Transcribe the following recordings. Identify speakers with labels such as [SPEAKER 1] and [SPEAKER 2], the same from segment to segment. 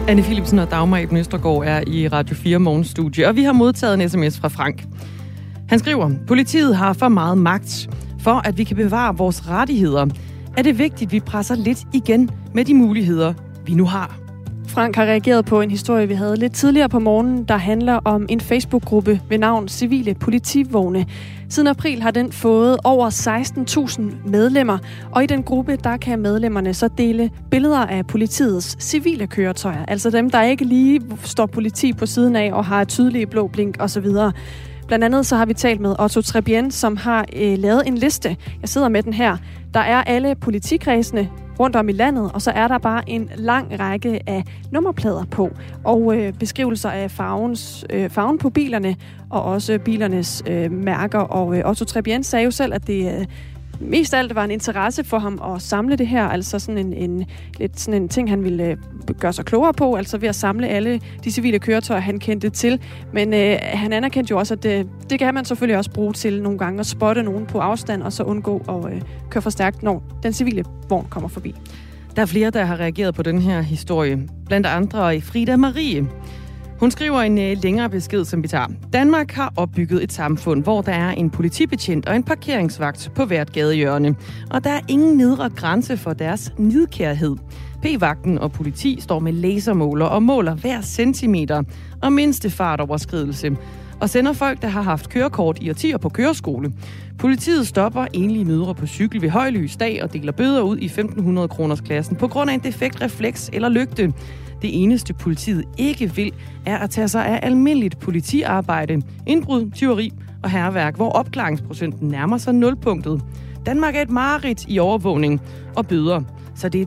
[SPEAKER 1] Anne Philipsen og Dagmar Eben Østergaard er i Radio 4 Morgenstudie, og vi har modtaget en sms fra Frank. Han skriver, politiet har for meget magt. For at vi kan bevare vores rettigheder, er det vigtigt, at vi presser lidt igen med de muligheder, vi nu har.
[SPEAKER 2] Frank har reageret på en historie, vi havde lidt tidligere på morgenen, der handler om en Facebook-gruppe ved navn Civile Politivogne. Siden april har den fået over 16.000 medlemmer, og i den gruppe, der kan medlemmerne så dele billeder af politiets civile køretøjer. Altså dem, der ikke lige står politi på siden af og har tydelige blå blink osv. Blandt andet så har vi talt med Otto Trebien, som har lavet en liste. Jeg sidder med den her. Der er alle politikredsene rundt om i landet, og så er der bare en lang række af nummerplader på, og beskrivelser af farven på bilerne, og også bilernes mærker. Og Otto Trebien sagde jo selv, at det mest af alt var en interesse for ham at samle det her, altså sådan en ting, han ville gøre sig klogere på, altså ved at samle alle de civile køretøjer, han kendte til. Men han anerkendte jo også, at det kan man selvfølgelig også bruge til nogle gange at spotte nogen på afstand, og så undgå at køre for stærkt, når den civile vogn kommer forbi.
[SPEAKER 1] Der er flere, der har reageret på den her historie. Blandt andre Frida Marie. Hun skriver en længere besked, som vi tager. Danmark har opbygget et samfund, hvor der er en politibetjent og en parkeringsvagt på hvert gadehjørne. Og der er ingen nedre grænse for deres nidkærhed. P-vagten og politi står med lasermåler og måler hver centimeter og mindste fartoverskridelse. Og sender folk, der har haft kørekort i årtier på køreskole. Politiet stopper enlige mødre på cykel ved højlys dag og deler bøder ud i 1.500 kroners klassen på grund af en defekt refleks eller lygte. Det eneste politiet ikke vil, er at tage sig af almindeligt politiarbejde, indbrud, tyveri og hærværk, hvor opklaringsprocenten nærmer sig nulpunktet. Danmark er et mareridt i overvågning og bøder, så det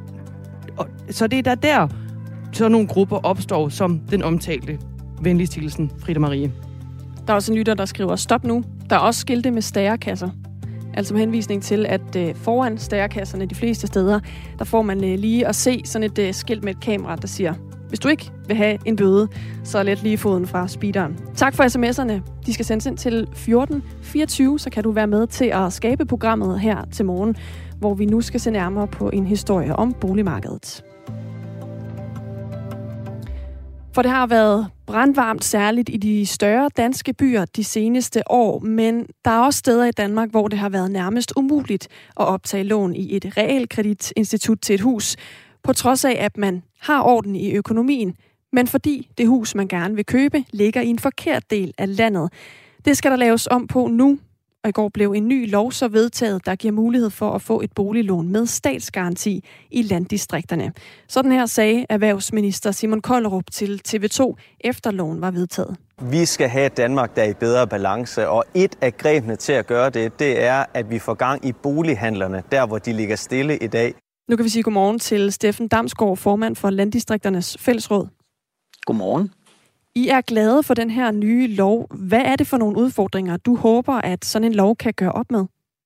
[SPEAKER 1] er der så nogle grupper opstår, som den omtalte. Venligst hilsen, Frida Marie.
[SPEAKER 2] Der er også en lytter, der skriver, stop nu. Der er også skilte med stærekasser. Altså med henvisning til, at foran stærekasserne de fleste steder, der får man lige at se sådan et skilt med et kamera, der siger, hvis du ikke vil have en bøde, så let lige foden fra speederen. Tak for sms'erne. De skal sendes ind til 1424, så kan du være med til at skabe programmet her til morgen, hvor vi nu skal se nærmere på en historie om boligmarkedet. For det har været brandvarmt, særligt i de større danske byer de seneste år, men der er også steder i Danmark, hvor det har været nærmest umuligt at optage lån i et realkreditinstitut til et hus, på trods af, at man har orden i økonomien, men fordi det hus, man gerne vil købe, ligger i en forkert del af landet. Det skal der laves om på nu, og i går blev en ny lov så vedtaget, der giver mulighed for at få et boliglån med statsgaranti i landdistrikterne. Sådan her sagde erhvervsminister Simon Kollerup til TV2, efter loven var vedtaget.
[SPEAKER 3] Vi skal have et Danmark, der er i bedre balance, og et af grebene til at gøre det er, at vi får gang i bolighandlerne, der hvor de ligger stille i dag.
[SPEAKER 2] Nu kan vi sige godmorgen til Steffen Damsgaard, formand for Landdistrikternes Fællesråd.
[SPEAKER 4] Godmorgen.
[SPEAKER 2] I er glade for den her nye lov. Hvad er det for nogle udfordringer, du håber, at sådan en lov kan gøre op med?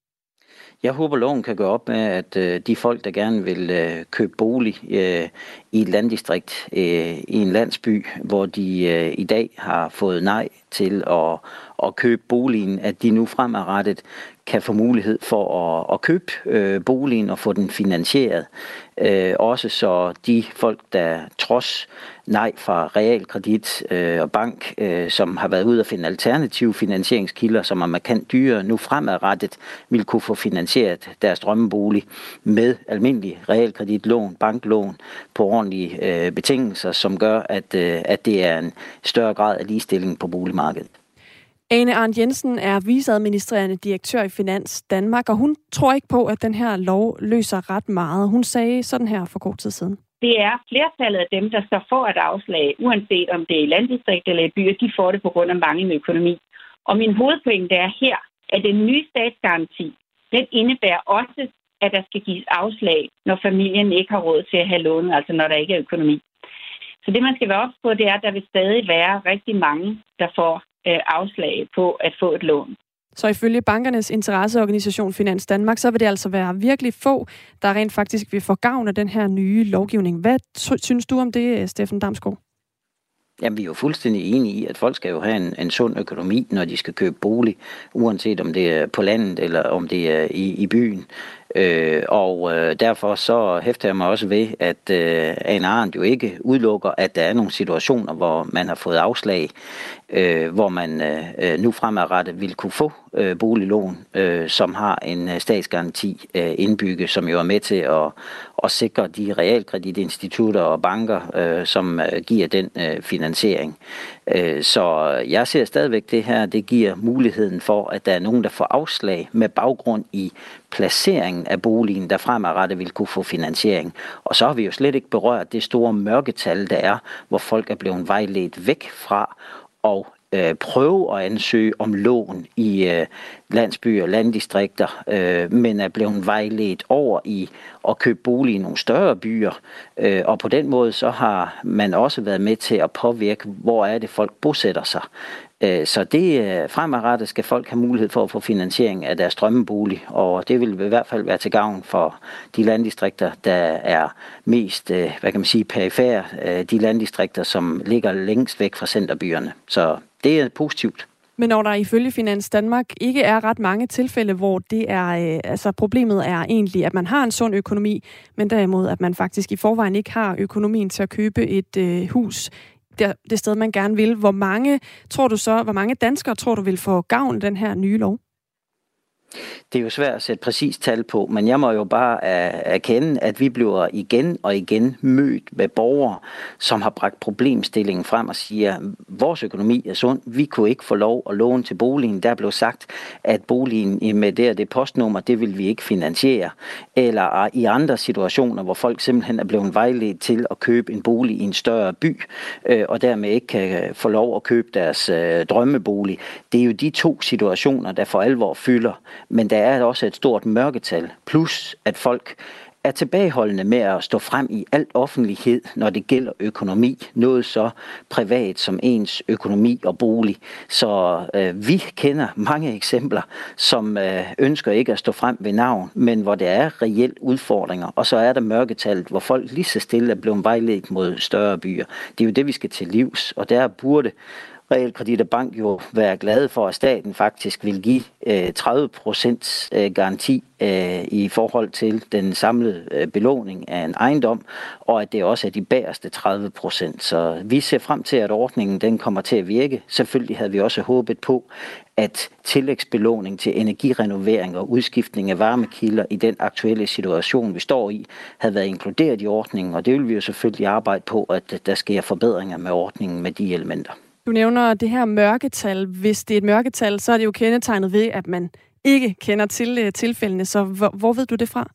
[SPEAKER 4] Jeg håber, loven kan gøre op med, at de folk, der gerne vil købe bolig i et landdistrikt, i en landsby, hvor de i dag har fået nej til at købe boligen, at de nu fremadrettet kan få mulighed for at købe boligen og få den finansieret. Også så de folk, der trods nej fra realkredit og bank, som har været ude at finde alternative finansieringskilder, som er markant dyre, nu fremadrettet vil kunne få finansieret deres drømmebolig med almindelig realkreditlån, banklån på ordentlige betingelser, som gør, at det er en større grad af ligestilling på boligmarkedet.
[SPEAKER 2] Ane Arndt Jensen er viceadministrerende direktør i Finans Danmark, og hun tror ikke på, at den her lov løser ret meget. Hun sagde sådan her for kort tid siden.
[SPEAKER 5] Det er flertallet af dem, der så får et afslag, uanset om det er i landdistrikt eller i byer, de får det på grund af manglende økonomi. Og min hovedpointe er her, at den nye statsgaranti, den indebærer også, at der skal gives afslag, når familien ikke har råd til at have lån, altså når der ikke er økonomi. Så det, man skal være ops på, det er, at der vil stadig være rigtig mange, der får afslag på at få et lån.
[SPEAKER 2] Så ifølge bankernes interesseorganisation Finans Danmark, så vil det altså være virkelig få, der rent faktisk vil få gavn af den her nye lovgivning. Hvad synes du om det, Steffen Damsgaard?
[SPEAKER 4] Jamen, vi er jo fuldstændig enige i, at folk skal jo have en sund økonomi, når de skal købe bolig, uanset om det er på landet eller om det er i byen. Derfor så hæfter jeg mig også ved, at Ane Arendt jo ikke udelukker, at der er nogle situationer, hvor man har fået afslag, hvor man nu fremadrettet vil kunne få boliglån, som har en statsgaranti indbygget, som jo er med til at sikre de realkreditinstitutter og banker, som giver den finansiering. Så jeg ser stadigvæk det her, det giver muligheden for, at der er nogen, der får afslag med baggrund i placeringen af boligen, der fremadrettet vil kunne få finansiering. Og så har vi jo slet ikke berørt det store mørketal, der er, hvor folk er blevet vejledt væk fra og prøve at ansøge om lån i landsbyer og landdistrikter, men er blevet vejledt over i at købe bolig i nogle større byer. Og på den måde så har man også været med til at påvirke, hvor er det folk bosætter sig. Så det fremadrettet skal folk have mulighed for at få finansiering af deres drømmebolig, og det vil i hvert fald være til gavn for de landdistrikter, der er mest, perifære, de landdistrikter, som ligger længst væk fra centerbyerne. Så det er positivt.
[SPEAKER 2] Men når der ifølge Finans Danmark ikke er ret mange tilfælde, hvor det er, problemet er egentlig, at man har en sund økonomi, men derimod, at man faktisk i forvejen ikke har økonomien til at købe et hus, det sted, man gerne vil. Hvor mange danskere tror du vil få gavn af den her nye lov?
[SPEAKER 4] Det er jo svært at sætte præcis tal på, men jeg må jo bare erkende, at vi bliver igen og igen mødt med borgere, som har bragt problemstillingen frem og siger, vores økonomi er sund, vi kunne ikke få lov at låne til boligen. Der blev sagt, at boligen med det postnummer, det vil vi ikke finansiere. Eller i andre situationer, hvor folk simpelthen er blevet vejledt til at købe en bolig i en større by, og dermed ikke kan få lov at købe deres drømmebolig. Det er jo de to situationer, der for alvor fylder. Men der er også et stort mørketal, plus at folk er tilbageholdende med at stå frem i al offentlighed, når det gælder økonomi. Noget så privat som ens økonomi og bolig. Så vi kender mange eksempler, som ønsker ikke at stå frem ved navn, men hvor der er reelle udfordringer. Og så er der mørketallet, hvor folk lige så stille er blevet vejledt mod større byer. Det er jo det, vi skal til livs, og der burde Realkredit og Bank jo være glade for, at staten faktisk vil give 30% garanti i forhold til den samlede belåning af en ejendom, og at det også er de bagerste 30%. Så vi ser frem til, at ordningen den kommer til at virke. Selvfølgelig havde vi også håbet på, at tillægsbelåning til energirenovering og udskiftning af varmekilder i den aktuelle situation, vi står i, havde været inkluderet i ordningen, og det vil vi jo selvfølgelig arbejde på, at der sker forbedringer med ordningen med de elementer.
[SPEAKER 2] Du nævner det her mørketal. Hvis det er et mørketal, så er det jo kendetegnet ved, at man ikke kender til tilfældene. Så hvor ved du det fra?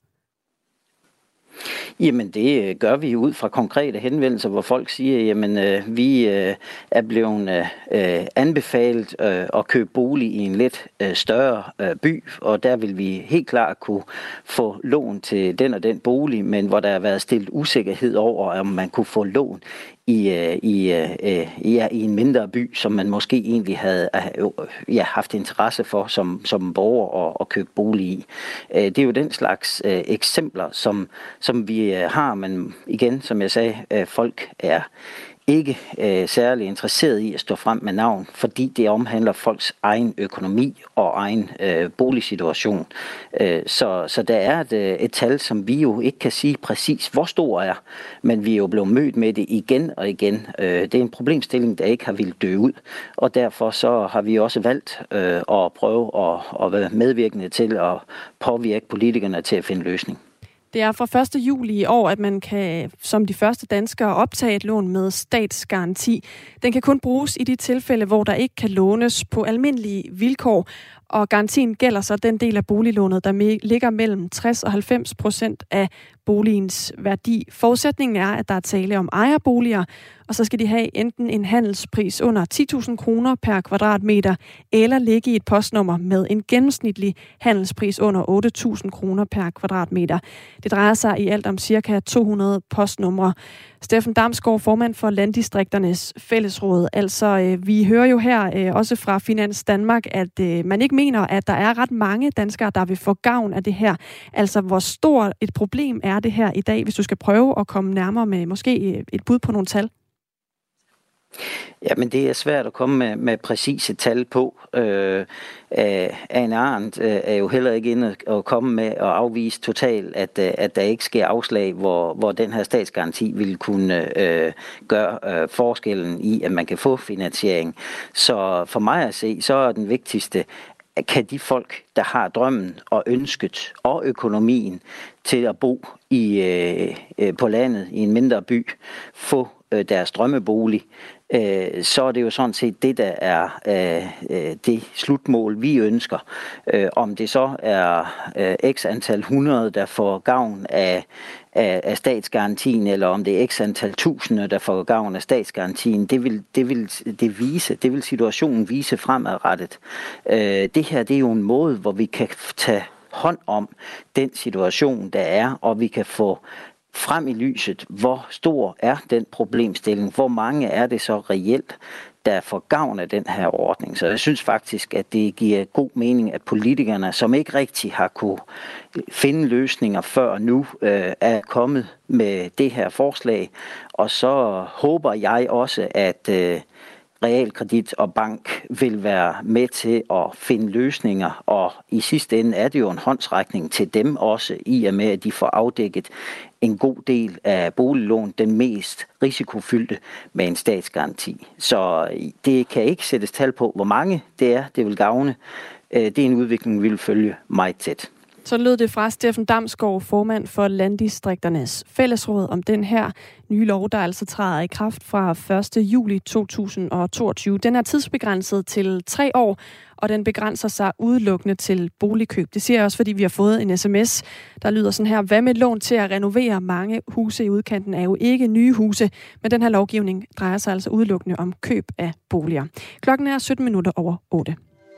[SPEAKER 4] Jamen det gør vi ud fra konkrete henvendelser, hvor folk siger, jamen vi er blevet anbefalet at købe bolig i en lidt større by, og der vil vi helt klart kunne få lån til den og den bolig, men hvor der har været stillet usikkerhed over, om man kunne få lån i en mindre by, som man måske egentlig havde haft interesse for som borger at købe bolig i. Det er jo den slags eksempler, som vi har, men igen, som jeg sagde, folk er ikke særlig interesseret i at stå frem med navn, fordi det omhandler folks egen økonomi og egen boligsituation. Så der er et tal, som vi jo ikke kan sige præcis, hvor stor er, men vi er jo blevet mødt med det igen og igen. Det er en problemstilling, der ikke har villet dø ud, og derfor så har vi også valgt at prøve at være medvirkende til at påvirke politikerne til at finde løsning.
[SPEAKER 2] Det er fra 1. juli i år, at man kan som de første danskere optage et lån med statsgaranti. Den kan kun bruges i de tilfælde, hvor der ikke kan lånes på almindelige vilkår, og garantien gælder så den del af boliglånet, der ligger mellem 60 og 90% af boligens værdi. Forudsætningen er, at der er tale om ejerboliger, og så skal de have enten en handelspris under 10.000 kroner per kvadratmeter, eller ligge i et postnummer med en gennemsnitlig handelspris under 8.000 kroner per kvadratmeter. Det drejer sig i alt om ca. 200 postnumre. Steffen Damsgaard, formand for Landdistrikternes Fællesråd. Altså, vi hører jo her også fra Finans Danmark, at man ikke mener, at der er ret mange danskere, der vil få gavn af det her. Altså, hvor stort et problem er det her i dag, hvis du skal prøve at komme nærmere med måske et bud på nogle tal?
[SPEAKER 4] Ja, men det er svært at komme med præcise tal på. Ane Arendt er jo heller ikke inde og komme med og afvise totalt, at der ikke sker afslag, hvor den her statsgaranti vil kunne gøre forskellen i, at man kan få finansiering. Så for mig at se, så er den vigtigste, kan de folk, der har drømmen og ønsket og økonomien til at bo på landet i en mindre by, få deres drømmebolig, så er det jo sådan set det, der er det slutmål, vi ønsker. Om det så er x antal 100, der får gavn af statsgarantien, eller om det er x antal tusinde, der får gavn af statsgarantien, det vil situationen vise fremadrettet. Det her, det er jo en måde, hvor vi kan tage hånd om den situation, der er, og vi kan få frem i lyset, hvor stor er den problemstilling, hvor mange er det så reelt, der får gavn af den her ordning. Så jeg synes faktisk, at det giver god mening, at politikerne, som ikke rigtig har kunne finde løsninger før nu, er kommet med det her forslag. Og så håber jeg også, at realkredit og bank vil være med til at finde løsninger, og i sidste ende er det jo en håndsrækning til dem også, i og med at de får afdækket en god del af boliglån, den mest risikofyldte, med en statsgaranti. Så det kan ikke sættes tal på, hvor mange det vil gavne. Det er en udvikling, vi vil følge meget tæt.
[SPEAKER 2] Så lød det fra Steffen Damsgaard, formand for Landdistrikternes Fællesråd, om den her nye lov, der altså træder i kraft fra 1. juli 2022. Den er tidsbegrænset til 3 år, og den begrænser sig udelukkende til boligkøb. Det siger jeg også, fordi vi har fået en sms, der lyder sådan her: hvad med lån til at renovere? Mange huse i udkanten er jo ikke nye huse, men den her lovgivning drejer sig altså udelukkende om køb af boliger. Klokken er 17 minutter over 8.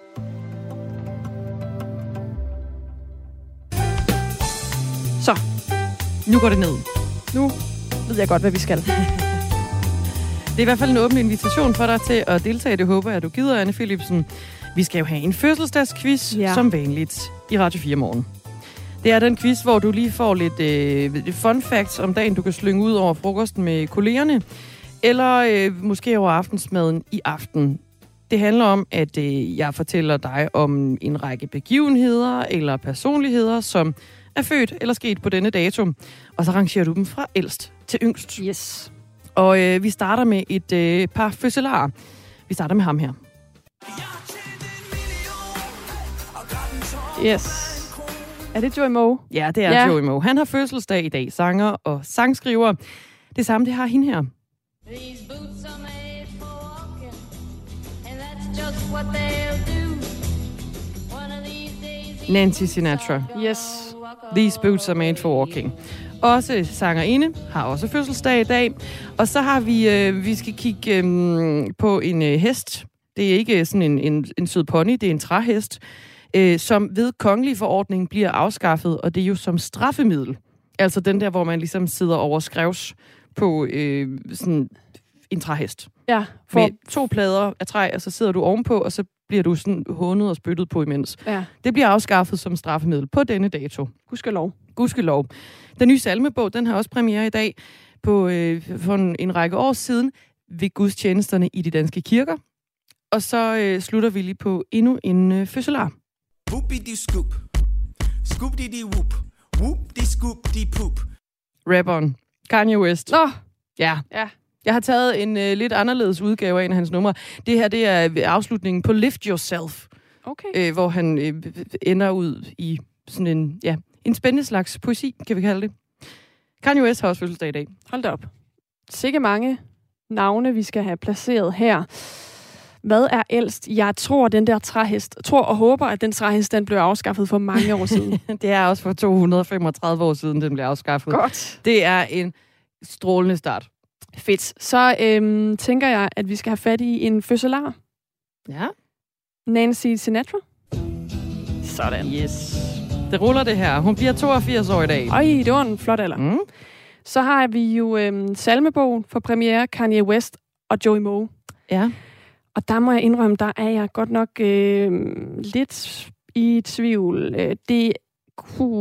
[SPEAKER 2] Så,
[SPEAKER 1] nu går det ned.
[SPEAKER 2] Nu ved jeg godt, hvad vi skal.
[SPEAKER 1] Det er i hvert fald en åben invitation for dig til at deltage. Det håber jeg, du gider, Anne Philipsen. Vi skal jo have en fødselsdagsquiz, som vanligt, i Radio 4 morgen. Det er den quiz, hvor du lige får lidt fun facts om dagen, du kan slynge ud over frokosten med kollegerne, eller måske over aftensmaden i aften. Det handler om, at jeg fortæller dig om en række begivenheder eller personligheder, som er født eller sket på denne dato. Og så rangerer du dem fra ældst til yngst.
[SPEAKER 2] Yes.
[SPEAKER 1] Og vi starter med et par fødselarer. Vi starter med ham her.
[SPEAKER 2] Yes. Er det Joey Moe?
[SPEAKER 1] Ja, det er Joey Moe. Han har fødselsdag i dag. Sanger og sangskriver. Det samme, det har hende her. These boots are made for walking, and that's just what they'll do. One of these days, Nancy Sinatra.
[SPEAKER 2] Yes.
[SPEAKER 1] These boots are made for walking. Også sangerinde har også fødselsdag i dag. Og så har vi skal kigge på en hest. Det er ikke sådan en sød pony, det er en træhest, som ved kongelig forordning bliver afskaffet, og det er jo som straffemiddel. Altså den der, hvor man ligesom sidder over skrevs på sådan en træhest.
[SPEAKER 2] Ja.
[SPEAKER 1] Med 2 plader af træ, og så sidder du ovenpå, og så bliver du sådan hånet og spyttet på imens.
[SPEAKER 2] Ja.
[SPEAKER 1] Det bliver afskaffet som straffemiddel på denne dato. Gudskelov. Den nye salmebog, den har også premiere i dag for en række år siden ved gudstjenesterne i de danske kirker. Og så slutter vi lige på endnu en fødselar. Rapperen Kanye West.
[SPEAKER 2] Nå!
[SPEAKER 1] Ja. Jeg har taget en lidt anderledes udgave af en af hans numre. Det her, det er afslutningen på Lift Yourself.
[SPEAKER 2] Okay.
[SPEAKER 1] Hvor han ender ud i sådan en spændende slags poesi, kan vi kalde det. Kanye West har også fødselsdag i dag.
[SPEAKER 2] Hold da op. Sikke mange navne, vi skal have placeret her. Hvad er ældst? Jeg tror, den der træhest. Tror og håber, at den træhest, den blev afskaffet for mange år siden.
[SPEAKER 1] Det er også for 235 år siden, den blev afskaffet.
[SPEAKER 2] Godt.
[SPEAKER 1] Det er en strålende start.
[SPEAKER 2] Fedt. Så tænker jeg, at vi skal have fat i en fødselar.
[SPEAKER 1] Ja.
[SPEAKER 2] Nancy Sinatra. Sådan.
[SPEAKER 1] Yes. Det ruller det her. Hun bliver 82 år i dag.
[SPEAKER 2] Øj, det var en flot alder.
[SPEAKER 1] Mm.
[SPEAKER 2] Så har vi jo salmebogen for premiere, Kanye West og Joey Moe.
[SPEAKER 1] Ja.
[SPEAKER 2] Og der må jeg indrømme, der er jeg godt nok lidt i tvivl.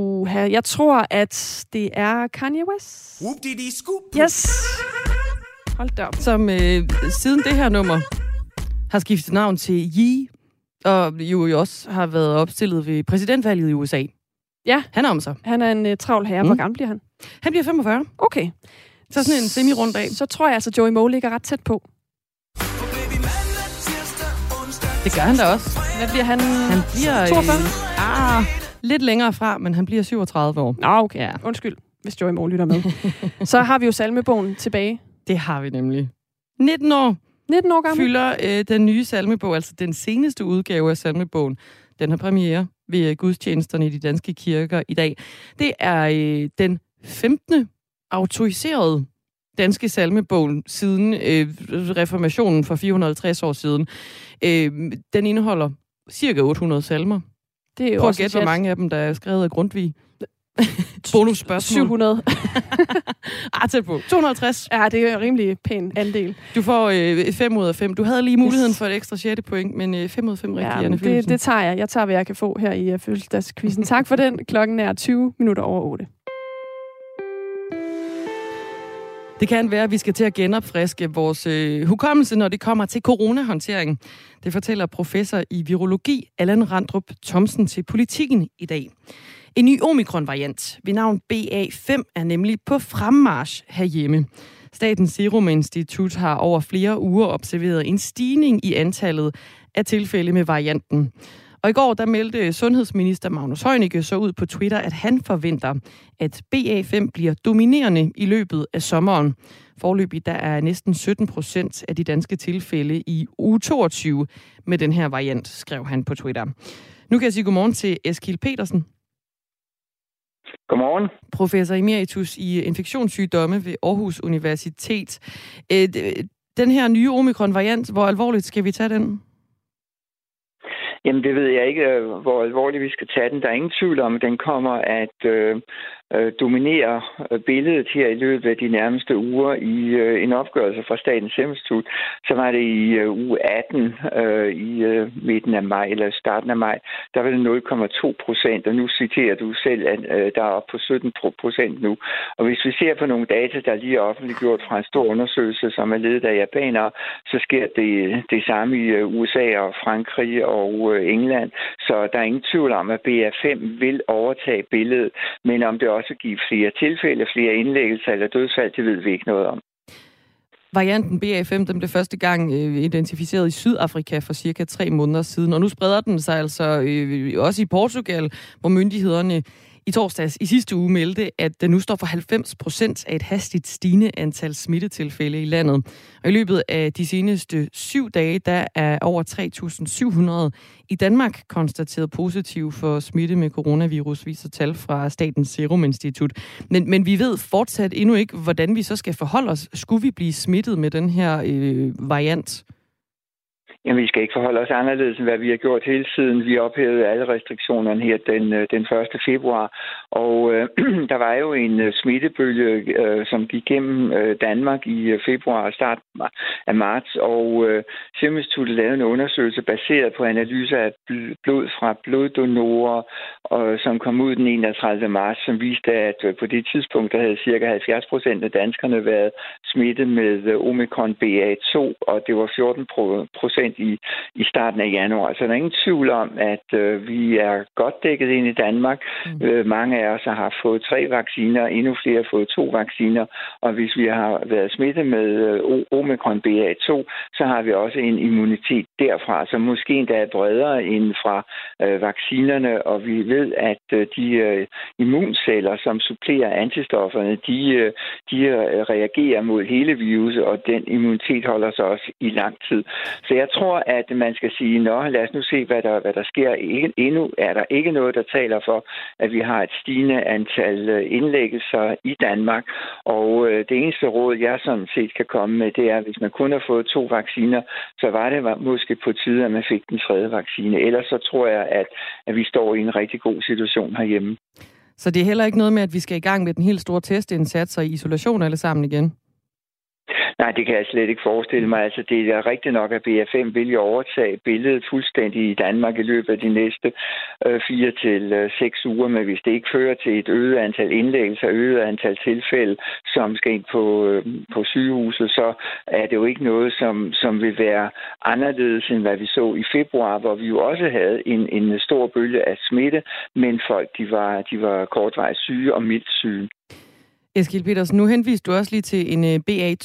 [SPEAKER 2] Jeg tror, at det er Kanye West.
[SPEAKER 6] Whoop-dee-dee scoop.
[SPEAKER 2] Yes. Hold da op.
[SPEAKER 1] Som siden det her nummer har skiftet navn til Yee, og jo også har været opstillet ved præsidentvalget i USA.
[SPEAKER 2] Ja.
[SPEAKER 1] Han er om sig.
[SPEAKER 2] Han er en travl herre. Hvor gammel bliver han?
[SPEAKER 1] Han bliver 45.
[SPEAKER 2] Okay.
[SPEAKER 1] Så sådan en semi-rund dag.
[SPEAKER 2] Så tror jeg altså, Joey Moe ligger ret tæt på.
[SPEAKER 1] Det gør han da også.
[SPEAKER 2] Hvad bliver han?
[SPEAKER 1] Han bliver
[SPEAKER 2] 42?
[SPEAKER 1] Lidt længere fra, men han bliver 37 år.
[SPEAKER 2] Nå, okay. Ja. Undskyld, hvis Joey Moe lytter med. Så har vi jo salmebogen tilbage.
[SPEAKER 1] Det har vi nemlig. 19 år
[SPEAKER 2] 19 år gammel.
[SPEAKER 1] fylder den nye salmebog, altså den seneste udgave af salmebogen. Den har premiere ved gudstjenesterne i de danske kirker i dag. Det er den 15. autoriserede danske salmebog siden reformationen for 450 år siden. Den indeholder cirka 800 salmer.
[SPEAKER 2] Det er jo
[SPEAKER 1] prøv
[SPEAKER 2] også
[SPEAKER 1] at gætte, hvor mange af dem, der er skrevet af Grundtvig. Bonusspørgsmål.
[SPEAKER 2] 700.
[SPEAKER 1] Tæt på. 250.
[SPEAKER 2] Ja, det er en rimelig pæn andel.
[SPEAKER 1] Du får 5 ud af 5. Du havde lige muligheden for et ekstra 6. point, men 5 ud af 5 rigtige, Anne Philipsen.
[SPEAKER 2] Det tager jeg. Jeg tager, hvad jeg kan få her i fødselsdagskvisten. Tak for den. Klokken er 20 minutter over 8.
[SPEAKER 1] Det kan være, at vi skal til at genopfriske vores hukommelse, når det kommer til coronahåndtering. Det fortæller professor i virologi Allan Randrup Thomsen til Politikken i dag. En ny omikron-variant ved navn BA5 er nemlig på fremmarch herhjemme. Statens Serum Institut har over flere uger observeret en stigning i antallet af tilfælde med varianten. Og i går der meldte sundhedsminister Magnus Heunicke så ud på Twitter, at han forventer, at BA5 bliver dominerende i løbet af sommeren. Foreløbig der er næsten 17% af de danske tilfælde i uge 22 med den her variant, skrev han på Twitter. Nu kan jeg sige godmorgen til Eskild Petersen.
[SPEAKER 6] Godmorgen.
[SPEAKER 1] Professor emeritus i infektionssygdomme ved Aarhus Universitet. Den her nye omikron-variant, hvor alvorligt skal vi tage den?
[SPEAKER 6] Jamen, det ved jeg ikke, hvor alvorligt vi skal tage den. Der er ingen tvivl om, at den kommer at dominere billedet her i løbet af de nærmeste uger. I en opgørelse fra Statens Serum Institut, så var det i uge 18 i midten af maj, eller starten af maj, der var det 0,2%, og nu citerer du selv, at der er op på 17% nu. Og hvis vi ser på nogle data, der lige er offentliggjort fra en stor undersøgelse, som er ledet af japanere, så sker det samme i USA og Frankrig og England. Så der er ingen tvivl om, at BA5 vil overtage billedet, men om det også give flere tilfælde, flere indlæggelser eller dødsfald, det ved vi ikke noget om.
[SPEAKER 1] Varianten BA5 den blev første gang identificeret i Sydafrika for cirka 3 måneder siden, og nu spreder den sig altså også i Portugal, hvor myndighederne i torsdags i sidste uge meldte, at den nu står for 90% af et hastigt stigende antal smittetilfælde i landet. Og i løbet af de seneste 7 dage, der er over 3.700 i Danmark konstateret positiv for smitte med coronavirus, viser tal fra Statens Serum Institut. Men vi ved fortsat endnu ikke, hvordan vi så skal forholde os. Skulle vi blive smittet med den her variant?
[SPEAKER 6] Jamen, vi skal ikke forholde os anderledes, end hvad vi har gjort hele tiden. Vi ophævede alle restriktionerne her den 1. februar, og der var jo en smittebølge, som gik gennem Danmark i februar og start af marts, og Serum Instituttet lavede en undersøgelse baseret på analyser af blod fra bloddonorer, som kom ud den 31. marts, som viste, at på det tidspunkt, der havde ca. 70% af danskerne været smittet med omikron BA2, og det var 14% i starten af januar. Så der er ingen tvivl om, at vi er godt dækket ind i Danmark. Mange af os har fået 3 vacciner, endnu flere har fået 2 vacciner, og hvis vi har været smittet med omikron BA2, så har vi også en immunitet derfra, som måske endda er bredere end fra vaccinerne, og vi ved, at de immunceller, som supplerer antistofferne, de reagerer mod hele viruset, og den immunitet holder sig også i lang tid. Så jeg tror, at man skal sige, lad os nu se, hvad der sker. Endnu er der ikke noget, der taler for, at vi har et stigende antal indlæggelser i Danmark. Og det eneste råd, jeg sådan set kan komme med, det er, at hvis man kun har fået 2 vacciner, så var det måske på tide, at man fik den 3. vaccine. Ellers så tror jeg, at vi står i en rigtig god situation herhjemme.
[SPEAKER 1] Så det er heller ikke noget med, at vi skal i gang med den helt store testindsats og isolation alle sammen igen?
[SPEAKER 6] Nej, det kan jeg slet ikke forestille mig. Altså, det er rigtigt nok, at BA5 vil jo overtage billedet fuldstændig i Danmark i løbet af de næste 4 til 6 uger, men hvis det ikke fører til et øget antal indlæggelser, øget antal tilfælde, som skal ind på sygehuset, så er det jo ikke noget, som vil være anderledes, end hvad vi så i februar, hvor vi jo også havde en stor bølge af smitte, men folk de var kortvarigt syge og mildt syge.
[SPEAKER 1] Eskild Petersen, nu henviste du også lige til en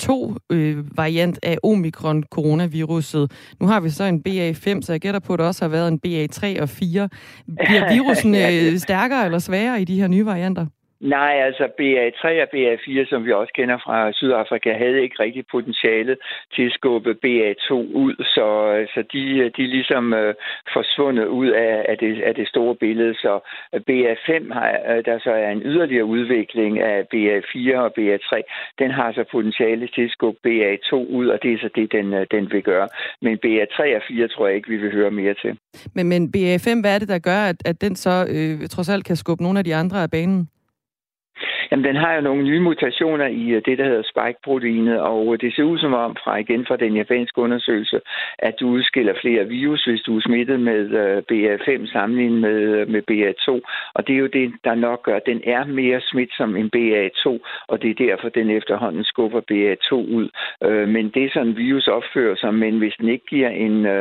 [SPEAKER 1] BA2-variant af omikron-coronaviruset. Nu har vi så en BA5, så jeg gætter på, at der også har været en BA3 og 4. Bliver virusen stærkere eller sværere i de her nye varianter?
[SPEAKER 6] Nej, altså BA3 og BA4, som vi også kender fra Sydafrika, havde ikke rigtig potentiale til at skubbe BA2 ud, så de er ligesom forsvundet ud af det store billede. Så BA5, der så er en yderligere udvikling af BA4 og BA3, den har så potentiale til at skubbe BA2 ud, og det er så det, den vil gøre. Men BA3 og 4 tror jeg ikke, vi vil høre mere til.
[SPEAKER 1] Men BA5, hvad er det, der gør, at den så trods alt kan skubbe nogle af de andre af banen?
[SPEAKER 6] Jamen, den har jo nogle nye mutationer i det, der hedder spike-proteinet, og det ser ud som om, fra den japanske undersøgelse, at du udskiller flere virus, hvis du er smittet med BA5 sammenlignet med BA2, og det er jo det, der nok gør, at den er mere smitsom end BA2, og det er derfor, den efterhånden skubber BA2 ud. Men det er sådan, virus opfører sig, men hvis den ikke giver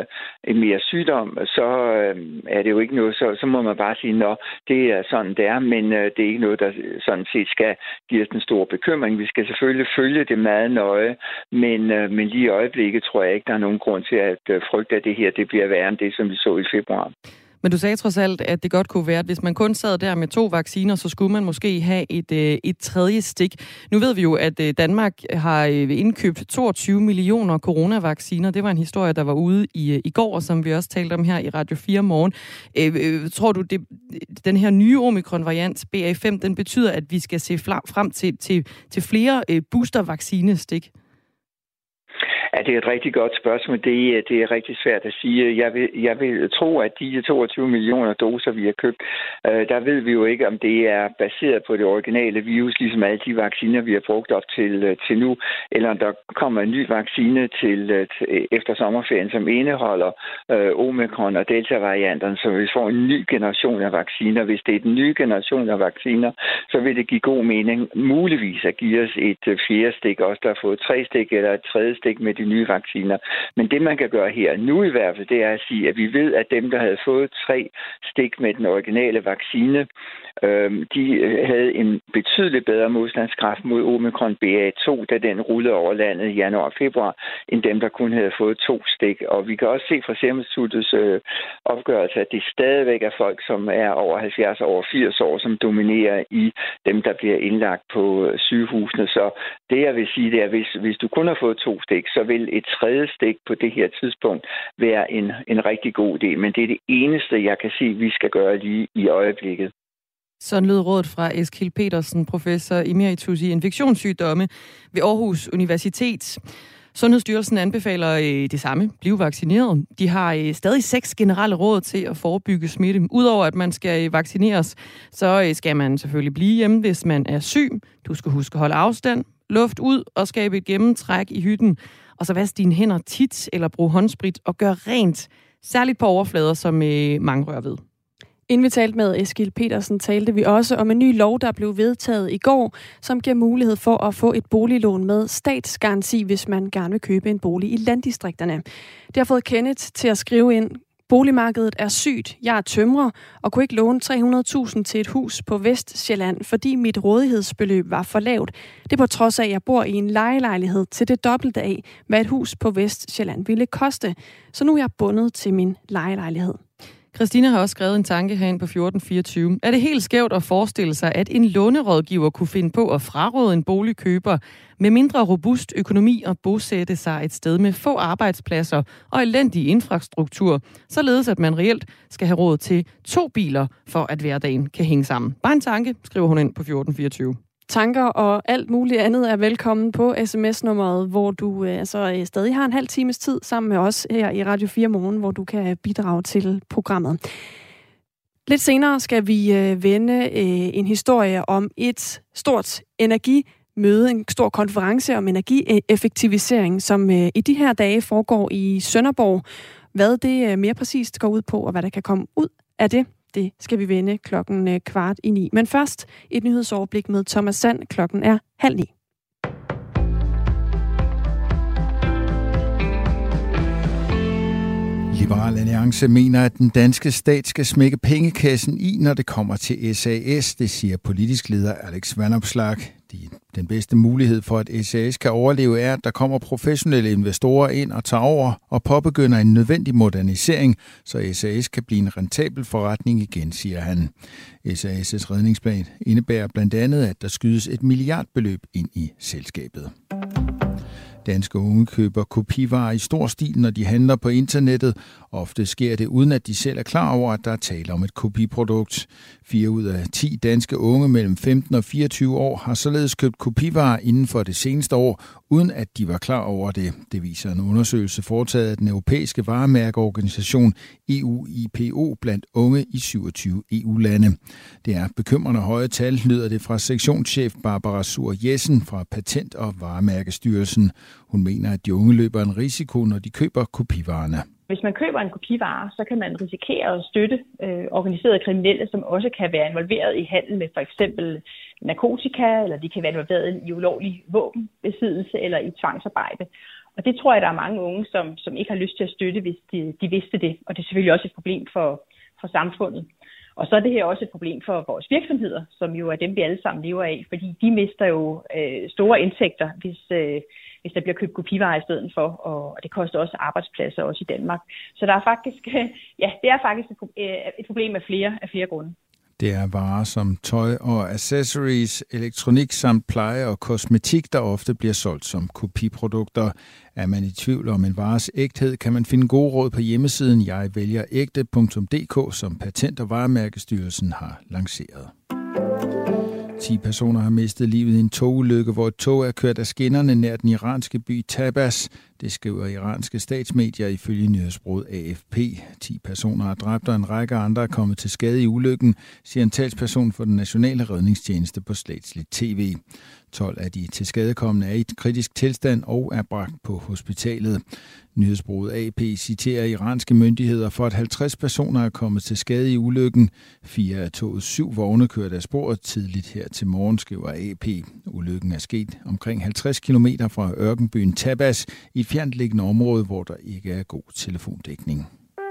[SPEAKER 6] en mere sygdom, så er det jo ikke noget, så må man bare sige, nå, det er sådan, det er, men det er ikke noget, der sådan set skal give os en stor bekymring. Vi skal selvfølgelig følge det meget nøje, men lige i øjeblikket tror jeg ikke, der er nogen grund til at frygte, at det her det bliver værre end det, som vi så i februar.
[SPEAKER 1] Men du sagde trods alt, at det godt kunne være, at hvis man kun sad der med 2 vacciner, så skulle man måske have et tredje stik. Nu ved vi jo, at Danmark har indkøbt 22 millioner coronavacciner. Det var en historie, der var ude i går, som vi også talte om her i Radio 4 morgen. Tror du, den her nye omikron-variant, BA5, den betyder, at vi skal se frem til flere booster-vaccinestik?
[SPEAKER 6] Ja, det er et rigtig godt spørgsmål. Det er rigtig svært at sige. Jeg vil tro, at de 22 millioner doser, vi har købt, der ved vi jo ikke, om det er baseret på det originale virus, ligesom alle de vacciner, vi har brugt op til nu, eller om der kommer en ny vaccine til efter sommerferien, som indeholder omikron og delta-varianterne, så vi får en ny generation af vacciner. Hvis det er den nye generation af vacciner, så vil det give god mening muligvis at give os et 4. stik, også der har fået 3 stik eller et 3. stik med de nye vacciner. Men det, man kan gøre her nu i hvert fald, det er at sige, at vi ved, at dem, der havde fået 3 stik med den originale vaccine, de havde en betydeligt bedre modstandskraft mod omikron BA2, da den rullede over landet i januar og februar, end dem, der kun havde fået 2 stik. Og vi kan også se fra Serum Instituttets opgørelse, at det stadigvæk er folk, som er over 70 og over 80 år, som dominerer i dem, der bliver indlagt på sygehusene. Så det, jeg vil sige, det er, hvis du kun har fået 2 stik, så vil et 3. stik på det her tidspunkt være en rigtig god idé. Men det er det eneste, jeg kan sige, vi skal gøre lige i øjeblikket.
[SPEAKER 1] Sådan lød rådet fra Eskild Petersen, professor emeritus i infektionssygdomme ved Aarhus Universitet. Sundhedsstyrelsen anbefaler det samme, blive vaccineret. De har stadig 6 generelle råd til at forebygge smitte. Udover at man skal vaccineres, så skal man selvfølgelig blive hjemme, hvis man er syg. Du skal huske at holde afstand, luft ud og skabe et gennemtræk i hytten. Og så vask dine hænder tit eller brug håndsprit og gør rent, særligt på overflader, som mange rører ved.
[SPEAKER 2] Inden vi talte med Eskild Petersen, talte vi også om en ny lov, der blev vedtaget i går, som giver mulighed for at få et boliglån med statsgaranti, hvis man gerne vil købe en bolig i landdistrikterne. Det har fået Kenneth til at skrive ind: boligmarkedet er sygt. Jeg er tømrer og kunne ikke låne 300.000 til et hus på Vestsjælland, fordi mit rådighedsbeløb var for lavt. Det er på trods af, at jeg bor i en lejelejlighed til det dobbelte af, hvad et hus på Vestsjælland ville koste. Så nu er jeg bundet til min lejelejlighed.
[SPEAKER 1] Christina har også skrevet en tanke herinde på 1424. Er det helt skævt at forestille sig, at en lånerådgiver kunne finde på at fraråde en boligkøber med mindre robust økonomi og bosætte sig et sted med få arbejdspladser og elendig infrastruktur, således at man reelt skal have råd til 2 biler, for at hverdagen kan hænge sammen? Bare en tanke, skriver hun ind på 1424.
[SPEAKER 2] Tanker og alt muligt andet er velkommen på sms-nummeret, hvor du stadig har en halv times tid sammen med os her i Radio 4 Morgen, hvor du kan bidrage til programmet. Lidt senere skal vi vende en historie om et stort møde, en stor konference om energieffektivisering, som i de her dage foregår i Sønderborg. Hvad det mere præcist går ud på, og hvad der kan komme ud af det, det skal vi vende 8:15. Men først et nyhedsoverblik med Thomas Sand. Klokken er 8:30.
[SPEAKER 7] Liberal Alliance mener, at den danske stat skal smække pengekassen i, når det kommer til SAS. Det siger politisk leder Alex Vanopslagh. Den bedste mulighed for, at SAS kan overleve, er, at der kommer professionelle investorer ind og tager over og påbegynder en nødvendig modernisering, så SAS kan blive en rentabel forretning igen, siger han. SAS' redningsplan indebærer blandt andet, at der skydes et milliardbeløb ind i selskabet. Danske unge køber kopivarer i stor stil, når de handler på internettet. Ofte sker det, uden at de selv er klar over, at der er tale om et kopiprodukt. 4 ud af 10 danske unge mellem 15 og 24 år har således købt kopivarer inden for det seneste år, uden at de var klar over det. Det viser en undersøgelse foretaget af den europæiske varemærkeorganisation EU-IPO blandt unge i 27 EU-lande. Det er bekymrende høje tal, lyder det fra sektionschef Barbara Sur Jessen fra Patent- og Varemærkestyrelsen. Hun mener, at de unge løber en risiko, når de køber kopivarerne.
[SPEAKER 8] Hvis man køber en kopivare, så kan man risikere at støtte organiserede kriminelle, som også kan være involveret i handel med for eksempel narkotika, eller de kan være involveret i ulovlig våbenbesiddelse eller i tvangsarbejde. Og det tror jeg, der er mange unge, som ikke har lyst til at støtte, hvis de vidste det. Og det er selvfølgelig også et problem for samfundet. Og så er det her også et problem for vores virksomheder, som jo er dem, vi alle sammen lever af, fordi de mister jo store indtægter, hvis der bliver købt kopivarer i stedet for, og det koster også arbejdspladser også i Danmark. Så der er faktisk, det er faktisk et problem af flere grunde.
[SPEAKER 7] Det er varer som tøj og accessories, elektronik samt pleje og kosmetik, der ofte bliver solgt som kopiprodukter. Er man i tvivl om en vares ægthed, kan man finde gode råd på hjemmesiden jegvælgerægte.dk, som Patent- og Varemærkestyrelsen har lanceret. 10 personer har mistet livet i en togulykke, hvor et tog er kørt af skinnerne nær den iranske by Tabas. Det skriver iranske statsmedier ifølge nyhedsbureauet AFP. 10 personer er dræbt, og en række andre er kommet til skade i ulykken, siger en talsperson for den nationale redningstjeneste på Statsligt TV. 12 af de tilskadekomne er i kritisk tilstand og er bragt på hospitalet. Nyhedsbureauet AP citerer iranske myndigheder for, at 50 personer er kommet til skade i ulykken. 4 af togets 7 vogne kørte af sporet tidligt her til morgen, skriver AP. Ulykken er sket omkring 50 km fra ørkenbyen Tabas i et fjerntliggende område, hvor der ikke er god telefondækning.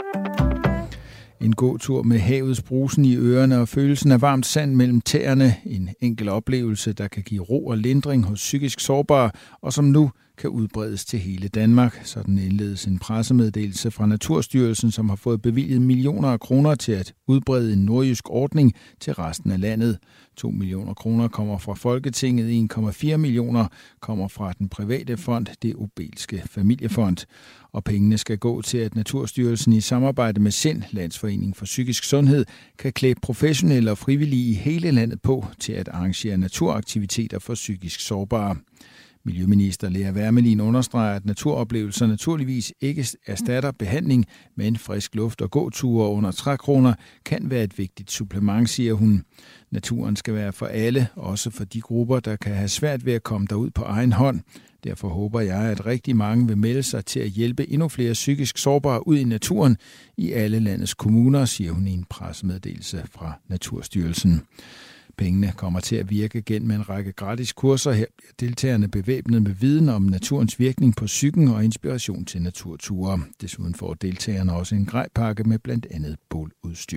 [SPEAKER 7] En gåtur med havets brusen i ørerne og følelsen af varmt sand mellem tæerne. En enkel oplevelse, der kan give ro og lindring hos psykisk sårbare, og som nu kan udbredes til hele Danmark. Sådan indledes en pressemeddelelse fra Naturstyrelsen, som har fået bevilget millioner af kroner til at udbrede en nordjysk ordning til resten af landet. 2 millioner kroner kommer fra Folketinget, 1,4 millioner kommer fra den private fond, det Obelske Familiefond. Og pengene skal gå til, at Naturstyrelsen i samarbejde med SIND, Landsforening for Psykisk Sundhed, kan klæde professionelle og frivillige i hele landet på til at arrangere naturaktiviteter for psykisk sårbare. Miljøminister Lea Wermelin understreger, at naturoplevelser naturligvis ikke erstatter behandling, men frisk luft og gåture under trækroner kan være et vigtigt supplement, siger hun. Naturen skal være for alle, også for de grupper, der kan have svært ved at komme derud på egen hånd. Derfor håber jeg, at rigtig mange vil melde sig til at hjælpe endnu flere psykisk sårbare ud i naturen i alle landets kommuner, siger hun i en pressemeddelelse fra Naturstyrelsen. Pengene kommer til at virke gennem en række gratis kurser. Her bliver deltagerne bevæbnet med viden om naturens virkning på psyken og inspiration til naturture. Desuden får deltagerne også en grejpakke med blandt andet båludstyr.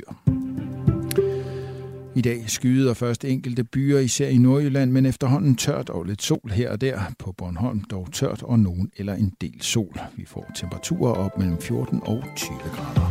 [SPEAKER 7] I dag skyder først enkelte byer, især i Nordjylland, men efterhånden tørt og lidt sol her og der. På Bornholm dog tørt og nogen eller en del sol. Vi får temperaturer op mellem 14 og 20 grader.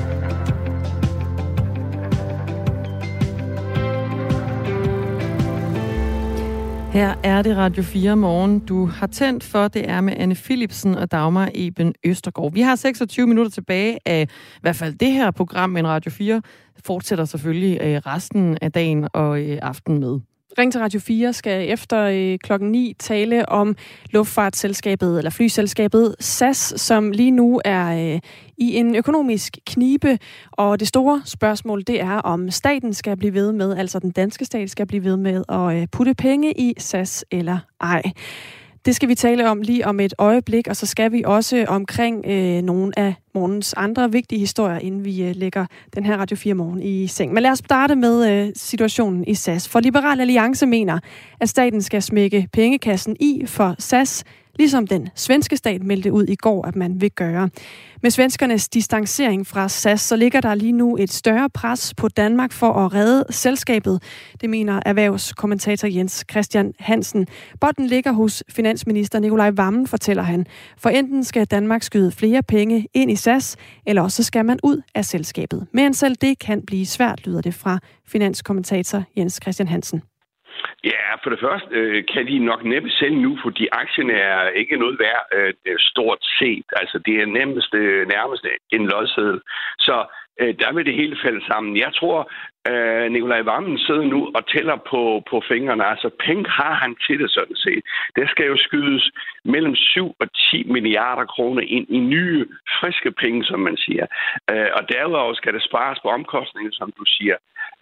[SPEAKER 1] Her er det Radio 4 morgen. Du har tændt for, det er med Anne Philipsen og Dagmar Eben Østergaard. Vi har 26 minutter tilbage af i hvert fald det her program, men Radio 4 fortsætter selvfølgelig resten af dagen og aften med.
[SPEAKER 2] Ring til Radio 4 skal efter klokken 9 tale om luftfartsselskabet eller flyselskabet SAS, som lige nu er i en økonomisk knibe, og det store spørgsmål, det er, om staten skal blive ved med, altså den danske stat skal blive ved med at putte penge i SAS eller ej. Det skal vi tale om lige om et øjeblik, og så skal vi også omkring nogle af morgens andre vigtige historier, inden vi lægger den her Radio 4 morgen i seng. Men lad os starte med situationen i SAS. For Liberal Alliance mener, at staten skal smække pengekassen i for SAS, ligesom den svenske stat meldte ud i går, at man vil gøre. Med svenskernes distancering fra SAS, så ligger der lige nu et større pres på Danmark for at redde selskabet. Det mener erhvervskommentator Jens Christian Hansen. Bolden ligger hos finansminister Nicolai Wammen, fortæller han. For enten skal Danmark skyde flere penge ind i SAS, eller også skal man ud af selskabet. Men selv det kan blive svært, lyder det fra finanskommentator Jens Christian Hansen.
[SPEAKER 9] Ja, for det første kan de nok næppe sælge nu, fordi aktien er ikke noget værd stort set. Altså det er nærmest en lodseddel. Så der vil det hele falde sammen. Jeg tror, Nicolai Wammen sidder nu og tæller på fingrene. Altså penge har han til det sådan set. Der skal jo skydes mellem 7 og 10 milliarder kroner ind i nye, friske penge, som man siger. Og derudover skal det spares på omkostninger, som du siger.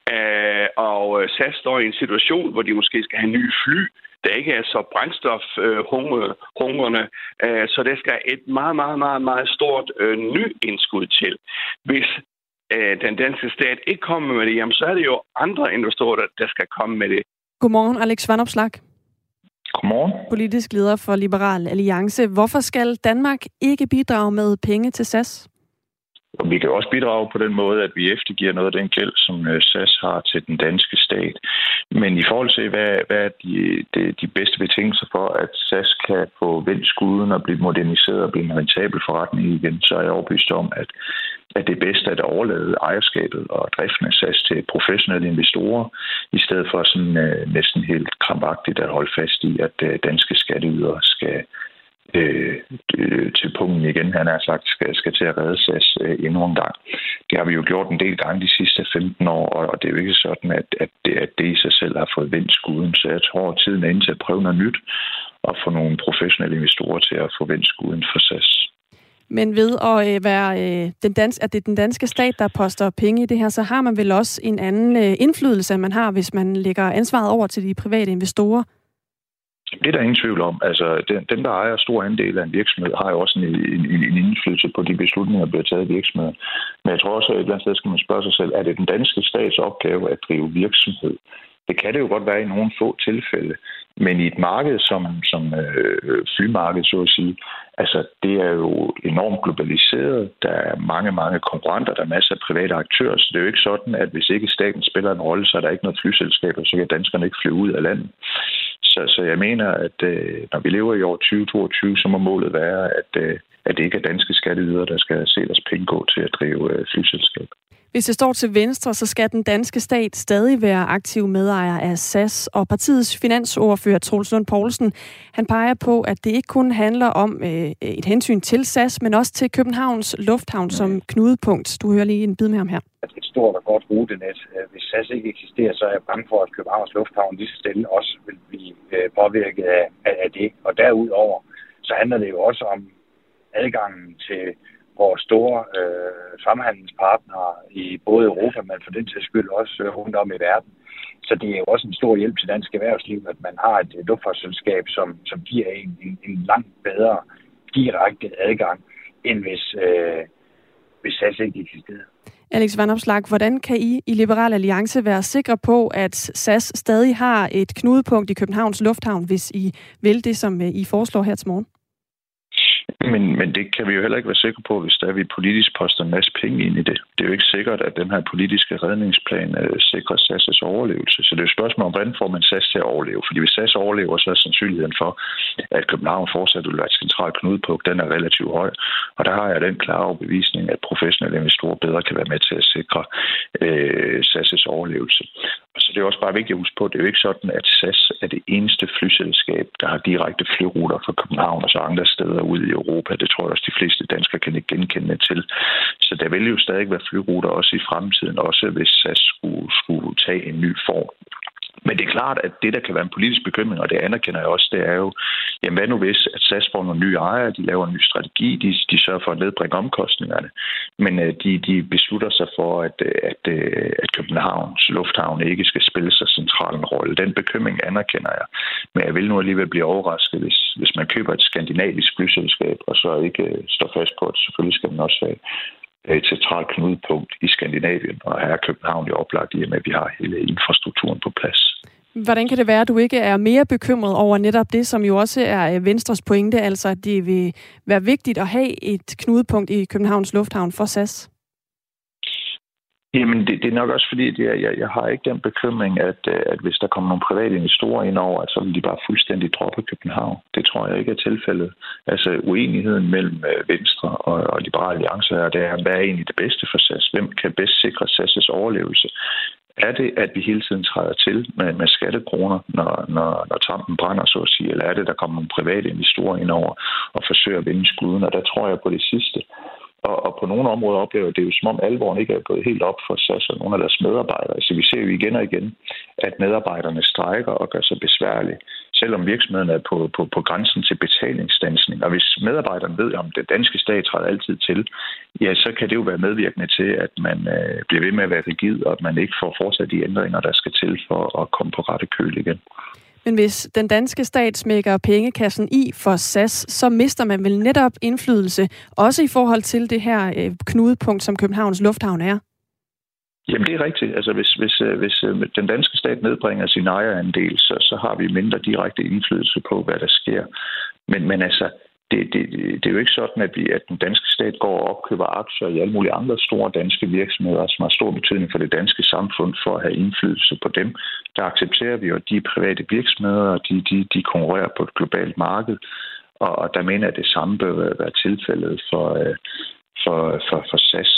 [SPEAKER 9] Og SAS står i en situation, hvor de måske skal have nye fly, der ikke er så brændstofhungrende. Så der skal et meget, meget, meget, meget stort ny indskud til. Hvis den danske stat ikke kommer med det, jamen, så er det jo andre investorer, der skal komme med det.
[SPEAKER 2] Godmorgen, Alex Vanopslagh.
[SPEAKER 10] Godmorgen.
[SPEAKER 2] Politisk leder for Liberal Alliance. Hvorfor skal Danmark ikke bidrage med penge til SAS?
[SPEAKER 10] Vi kan også bidrage på den måde, at vi eftergiver noget af den gæld, som SAS har til den danske stat. Men i forhold til, hvad er de bedste betingelser for, at SAS kan få vendt skuden og blive moderniseret og blive en rentabel forretning igen, så er jeg overbevist om, at det er bedst at overlade ejerskabet og driften af SAS til professionelle investorer, i stedet for sådan næsten helt krampagtigt at holde fast i, at danske skatteydere skal til punkten igen, han har sagt, skal til at redde SAS endnu en gang. Det har vi jo gjort en del gange de sidste 15 år, og det er jo ikke sådan, at det i sig selv har fået vendt skuden. Så jeg tror, at tiden er inde til at prøve noget nyt og få nogle professionelle investorer til at få vendt skuden for SAS.
[SPEAKER 2] Men ved at være at det er den danske stat, der poster penge i det her, så har man vel også en anden indflydelse, end man har, hvis man lægger ansvaret over til de private investorer?
[SPEAKER 10] Det er der ingen tvivl om. Altså, dem, der ejer stor andel af en virksomhed, har jo også en indflydelse på de beslutninger, der bliver taget i virksomheden. Men jeg tror også, at et eller andet sted skal man spørge sig selv, er det den danske stats opgave at drive virksomhed? Det kan det jo godt være i nogle få tilfælde. Men i et marked som flymarkedet, så at sige, altså det er jo enormt globaliseret. Der er mange konkurrenter, der er masser af private aktører, så det er jo ikke sådan, at hvis ikke staten spiller en rolle, så er der ikke noget flyselskab, og så kan danskerne ikke flyve ud af landet. Så jeg mener, at når vi lever i år 2022, så må målet være, at det ikke er danske skatteydere, der skal se deres penge gå til at drive flyselskab.
[SPEAKER 2] Hvis det står til venstre, så skal den danske stat stadig være aktiv medejer af SAS, og partiets finansordfører Troels Lund Poulsen, han peger på, at det ikke kun handler om et hensyn til SAS, men også til Københavns Lufthavn som knudepunkt. Du hører lige en bid med ham her.
[SPEAKER 11] Et stort og godt rutenet. Hvis SAS ikke eksisterer, så er jeg bange for, at Københavns Lufthavn lige så stille også vil blive påvirket af det. Og derudover, så handler det jo også om adgangen til vores store samhandelspartnere i både Europa, men for den sags skyld også rundt om i verden. Så det er jo også en stor hjælp til dansk erhvervsliv, at man har et luftfartsselskab, som giver en langt bedre direkte adgang, end hvis SAS ikke eksisterer.
[SPEAKER 2] Alex Vanopslagh, hvordan kan I Liberal Alliance være sikre på, at SAS stadig har et knudepunkt i Københavns Lufthavn, hvis I vil det, som I foreslår her til morgen?
[SPEAKER 10] Men det kan vi jo heller ikke være sikre på, hvis der vi politisk poster en masse penge ind i det. Det er jo ikke sikkert, at den her politiske redningsplan sikrer SAS' overlevelse. Så det er jo et spørgsmål om, hvordan får man SAS til at overleve? Fordi hvis SAS overlever, så er sandsynligheden for, at København fortsat vil være et centralt knudepunkt, den er relativt høj. Og der har jeg den klare overbevisning, at professionelle investorer bedre kan være med til at sikre SAS' overlevelse. Og så det er også bare vigtigt at huske på, at det er jo ikke sådan, at SAS er det eneste flyselskab, der har direkte flyruter fra København og så andre steder ude i Europa. Det tror jeg også, de fleste danskere kan ikke genkende til. Så der vil jo stadig være flyruter også i fremtiden, også hvis SAS skulle tage en ny form. Men det er klart, at det, der kan være en politisk bekymring, og det anerkender jeg også, det er jo, jamen hvad nu hvis, at SAS får nogle nye ejere, de laver en ny strategi, de sørger for at nedbringe omkostningerne, men de beslutter sig for, at Københavns Lufthavn ikke skal spille så central en rolle. Den bekymring anerkender jeg, men jeg vil nu alligevel blive overrasket, hvis man køber et skandinavisk flyselskab, og så ikke står fast på, at selvfølgelig skal man også have et centralt knudepunkt i Skandinavien, og her er København jo oplagt i, at vi har hele infrastrukturen på plads.
[SPEAKER 2] Hvordan kan det være, at du ikke er mere bekymret over netop det, som jo også er Venstres pointe, altså at det vil være vigtigt at have et knudepunkt i Københavns Lufthavn for SAS?
[SPEAKER 10] Jamen, det er nok også fordi, jeg har ikke den bekymring, at hvis der kommer nogle private investorer ind over, så vil de bare fuldstændig droppe København. Det tror jeg ikke er tilfældet. Altså, uenigheden mellem Venstre og Liberal Alliance her, det er, hvad er egentlig det bedste for SAS? Hvem kan bedst sikre SAS' overlevelse? Er det, at vi hele tiden træder til med skattekroner, når tampen brænder, så at sige? Eller er det, der kommer nogle private investorer ind over og forsøger at vinde skuden? Og der tror jeg på det sidste. Og på nogle områder oplever det jo, som om alvoren ikke er gået helt op for SAS og nogle af deres medarbejdere. Så vi ser jo igen og igen, at medarbejderne strejker og gør sig besværlige, selvom virksomheden er på grænsen til betalingsstandsning. Og hvis medarbejderne ved, om den danske stat træder altid til, ja, så kan det jo være medvirkende til, at man bliver ved med at være rigid, og at man ikke får fortsat de ændringer, der skal til for at komme på rette køl igen.
[SPEAKER 2] Men hvis den danske stat smækker pengekassen i for SAS, så mister man vel netop indflydelse, også i forhold til det her knudepunkt, som Københavns Lufthavn er?
[SPEAKER 10] Jamen, det er rigtigt. Altså, hvis den danske stat nedbringer sin ejerandel, så har vi mindre direkte indflydelse på, hvad der sker. Men altså, det er jo ikke sådan, at den danske stat går og opkøber aktier i alle mulige andre store danske virksomheder, som har stor betydning for det danske samfund, for at have indflydelse på dem. Der accepterer vi jo, at de private virksomheder, og de konkurrerer på et globalt marked, og der mener jeg, at det samme bør være tilfældet for SAS.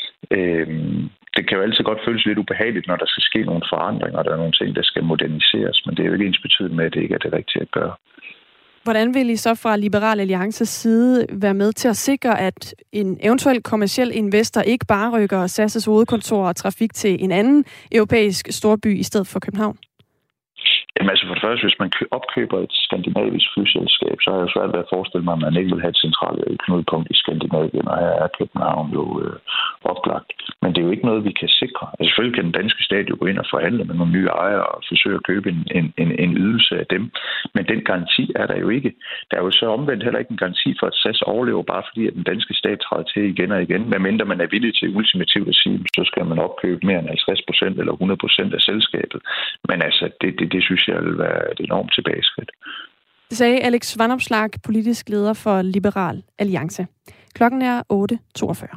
[SPEAKER 10] Det kan jo altid godt føles lidt ubehageligt, når der skal ske nogle forandringer, og der er nogle ting, der skal moderniseres, men det er jo ikke ensbetydende med, at det ikke er det rigtige at gøre.
[SPEAKER 2] Hvordan vil I så fra Liberal Alliances side være med til at sikre, at en eventuel kommerciel investor ikke bare rykker SAS' hovedkontor og trafik til en anden europæisk storby i stedet for København?
[SPEAKER 10] Jamen altså for det første, hvis man opkøber et skandinavisk flyselskab, så har jeg jo svært ved at forestille mig, at man ikke vil have et centralt knudepunkt i Skandinavien, og her er København jo oplagt. Men det er jo ikke noget, vi kan sikre. Altså selvfølgelig kan den danske stat jo gå ind og forhandle med nogle nye ejere og forsøge at købe en ydelse af dem. Men den garanti er der jo ikke. Der er jo så omvendt heller ikke en garanti for, at SAS overlever, bare fordi at den danske stat træder til igen og igen. Medmindre man er villig til ultimativt at sige, så skal man opkøbe mere end 50% eller 100% af selskabet. Men altså, det synes jeg vil være et enormt tilbageskridt.
[SPEAKER 2] Det sagde Alex Vanopslagh, politisk leder for Liberal Alliance. Klokken er 8.42.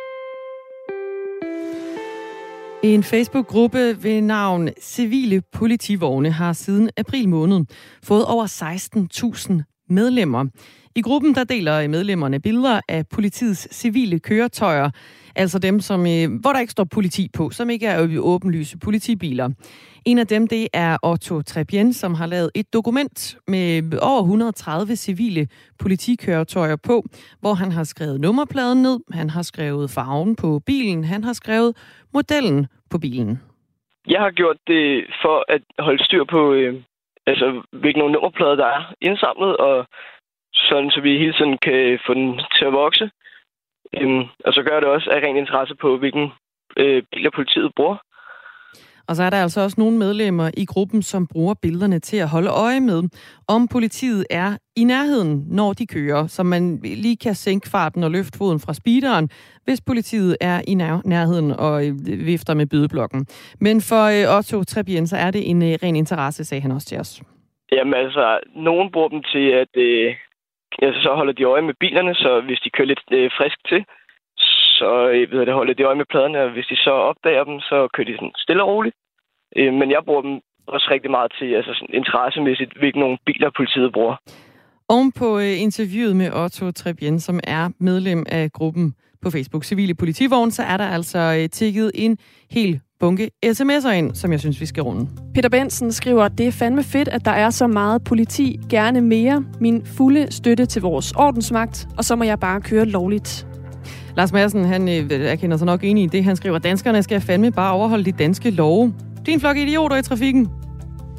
[SPEAKER 1] En Facebook-gruppe ved navn Civile Politivogne har siden april måned fået over 16.000 medlemmer. I gruppen der deler medlemmerne billeder af politiets civile køretøjer, altså dem, hvor der ikke står politi på, som ikke er åbenlyse politibiler. En af dem, det er Otto Trebien, som har lavet et dokument med over 130 civile politikøretøjer på, hvor han har skrevet nummerpladen ned, han har skrevet farven på bilen, han har skrevet modellen på bilen.
[SPEAKER 12] Jeg har gjort det for at holde styr på, hvilke nogle nummerplader, der er indsamlet, og sådan, så vi hele tiden kan få den til at vokse. Og så gør det også af ren interesse på, hvilken biler politiet bruger.
[SPEAKER 1] Og så er der altså også nogle medlemmer i gruppen, som bruger billederne til at holde øje med, om politiet er i nærheden, når de kører, så man lige kan sænke farten og løfte foden fra speederen, hvis politiet er i nærheden og vifter med bødeblokken. Men for Otto Trebien, så er det en ren interesse, sagde han også til os.
[SPEAKER 12] Jamen altså, nogen bruger dem til, at så holder de øje med bilerne, så hvis de kører lidt frisk til, så holder de øje med pladerne, og hvis de så opdager dem, så kører de sådan stille og roligt. Men jeg bruger dem også rigtig meget til interessemæssigt, hvilke nogle biler politiet bruger.
[SPEAKER 1] Oven på interviewet med Otto Trebien, som er medlem af gruppen på Facebook Civile Politivogn, så er der altså tikket en hel bunke sms'er ind, som jeg synes, vi skal runde.
[SPEAKER 2] Peter Bensen skriver, at det er fandme fedt, at der er så meget politi. Gerne mere. Min fulde støtte til vores ordensmagt, og så må jeg bare køre lovligt.
[SPEAKER 1] Lars Madsen, han erkender sig nok enig i det. Han skriver, at danskerne skal fandme bare overholde de danske love. Det er en flok idioter i trafikken.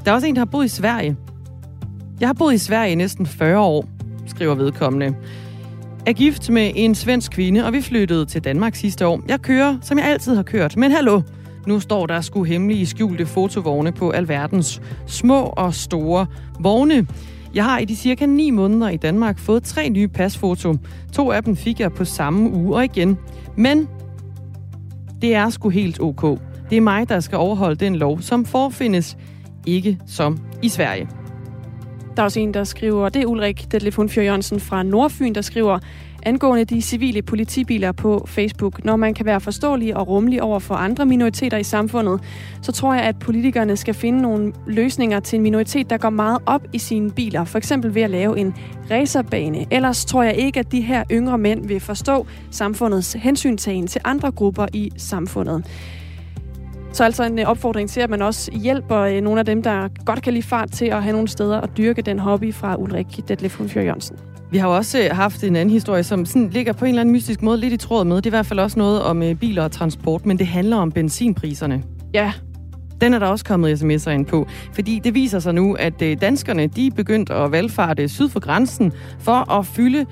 [SPEAKER 1] Der er også en, der har boet i Sverige. Jeg har boet i Sverige i næsten 40 år, skriver vedkommende. Er gift med en svensk kvinde, og vi flyttede til Danmark sidste år. Jeg kører, som jeg altid har kørt. Men hallo, nu står der sgu hemmelige skjulte fotovogne på alverdens små og store vogne. Jeg har i de cirka 9 måneder i Danmark fået 3 nye pasfoto. 2 af dem fik jeg på samme uge og igen. Men det er sgu helt ok. Det er mig, der skal overholde den lov, som forfindes, ikke som i Sverige.
[SPEAKER 2] Der er også en, der skriver, det er Ulrik Detlef Jørgensen fra Nordfyn, der skriver, angående de civile politibiler på Facebook. Når man kan være forståelig og rummelig over for andre minoriteter i samfundet, så tror jeg, at politikerne skal finde nogle løsninger til en minoritet, der går meget op i sine biler. For eksempel ved at lave en racerbane. Ellers tror jeg ikke, at de her yngre mænd vil forstå samfundets hensyntagen til andre grupper i samfundet. Så altså en opfordring til, at man også hjælper nogle af dem, der godt kan lide fart, til at have nogle steder at dyrke den hobby fra Ulrik Detlef Jørgensen.
[SPEAKER 1] Vi har jo også haft en anden historie, som sådan ligger på en eller anden mystisk måde lidt i tråd med. Det er i hvert fald også noget om biler og transport, men det handler om benzinpriserne.
[SPEAKER 2] Ja.
[SPEAKER 1] Den er der også kommet sms'er ind på, fordi det viser sig nu, at danskerne de er begyndt at valfarte syd for grænsen for at fylde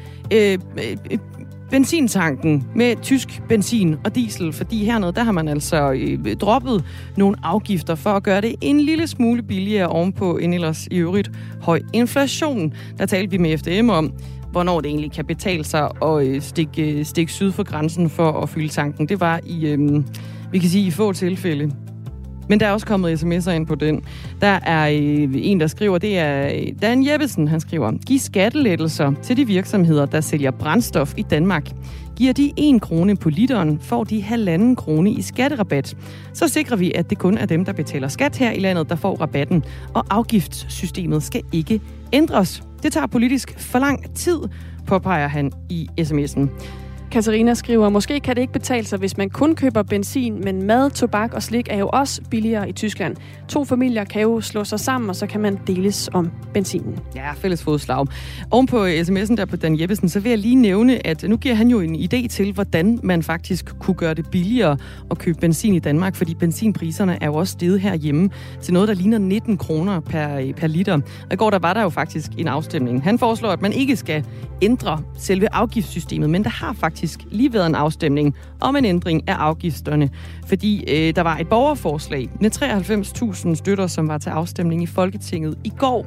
[SPEAKER 1] benzintanken med tysk benzin og diesel, fordi hernede, der har man altså droppet nogle afgifter for at gøre det en lille smule billigere ovenpå en ellers i øvrigt høj inflation. Der talte vi med FDM om, hvornår det egentlig kan betale sig at stikke syd for grænsen for at fylde tanken. Det var vi kan sige i få tilfælde. Men der er også kommet sms'er ind på den. Der er en, der skriver, det er Dan Jeppesen, han skriver, giv skattelettelser til de virksomheder, der sælger brændstof i Danmark. Giver de 1 krone på literen, får de 1,5 krone i skatterabat. Så sikrer vi, at det kun er dem, der betaler skat her i landet, der får rabatten. Og afgiftssystemet skal ikke ændres. Det tager politisk for lang tid, påpeger han i sms'en.
[SPEAKER 2] Katarina skriver, måske kan det ikke betale sig, hvis man kun køber benzin, men mad, tobak og slik er jo også billigere i Tyskland. 2 familier kan jo slå sig sammen, og så kan man deles om benzinen.
[SPEAKER 1] Ja, fælles fodslag. Oven på sms'en der på Dan Jeppesen, så vil jeg lige nævne, at nu giver han jo en idé til, hvordan man faktisk kunne gøre det billigere at købe benzin i Danmark, fordi benzinpriserne er jo også steget herhjemme til noget, der ligner 19 kroner per liter. Og i går der var der jo faktisk en afstemning. Han foreslår, at man ikke skal ændre selve afgiftssystemet, men der har faktisk lige været en afstemning om en ændring af afgifterne, fordi der var et borgerforslag med 93.000 støtter, som var til afstemning i Folketinget i går.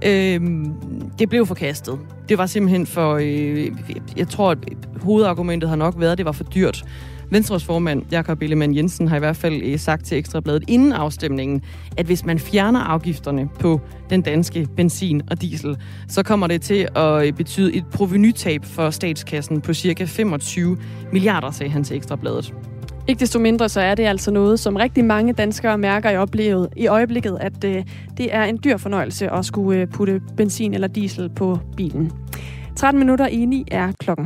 [SPEAKER 1] Det blev forkastet. Det var simpelthen for, jeg tror, at hovedargumentet har nok været, at det var for dyrt. Venstres formand, Jakob Ellemann-Jensen, har i hvert fald sagt til Ekstrabladet inden afstemningen, at hvis man fjerner afgifterne på den danske benzin og diesel, så kommer det til at betyde et provenytab for statskassen på cirka 25 milliarder, sagde han til Ekstrabladet.
[SPEAKER 2] Ikke desto mindre, så er det altså noget, som rigtig mange danskere mærker i øjeblikket, at det er en dyr fornøjelse at skulle putte benzin eller diesel på bilen. 9:13 er klokken.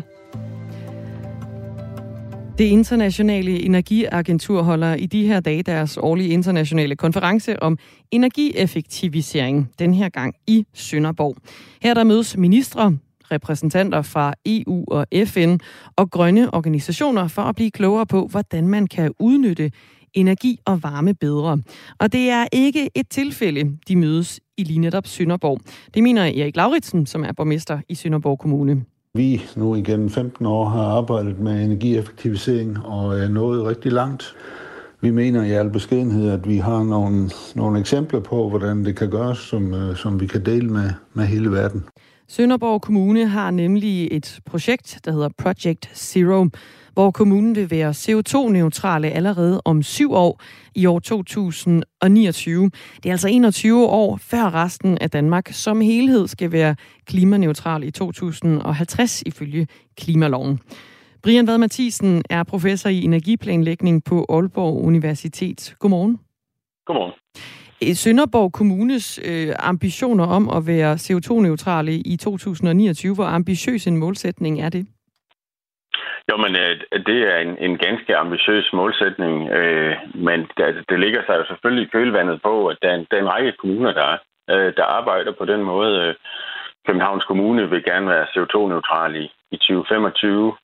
[SPEAKER 1] Det internationale energiagentur holder i de her dage deres årlige internationale konference om energieffektivisering, den her gang i Sønderborg. Her der mødes ministre, repræsentanter fra EU og FN og grønne organisationer for at blive klogere på, hvordan man kan udnytte energi og varme bedre. Og det er ikke et tilfælde, de mødes i lige netop Sønderborg. Det mener Erik Lauritsen, som er borgmester i Sønderborg Kommune.
[SPEAKER 13] Vi nu igennem 15 år har arbejdet med energieffektivisering og er nået rigtig langt. Vi mener i al beskedenhed, at vi har nogle eksempler på, hvordan det kan gøres, som vi kan dele med hele verden.
[SPEAKER 1] Sønderborg Kommune har nemlig et projekt, der hedder Project Zero, hvor kommunen vil være CO2-neutrale allerede om 7 år i år 2029. Det er altså 21 år før resten af Danmark som helhed skal være klimaneutral i 2050 ifølge klimaloven. Brian Vad Mathisen er professor i energiplanlægning på Aalborg Universitet. Godmorgen.
[SPEAKER 14] Godmorgen.
[SPEAKER 1] Sønderborg Kommunes ambitioner om at være CO2-neutrale i 2029, hvor ambitiøs en målsætning er det?
[SPEAKER 14] Jo, men det er en ganske ambitiøs målsætning, men det ligger sig jo selvfølgelig i kølvandet på, at der er en række kommuner, der arbejder på den måde. Københavns Kommune vil gerne være CO2-neutral i 2025,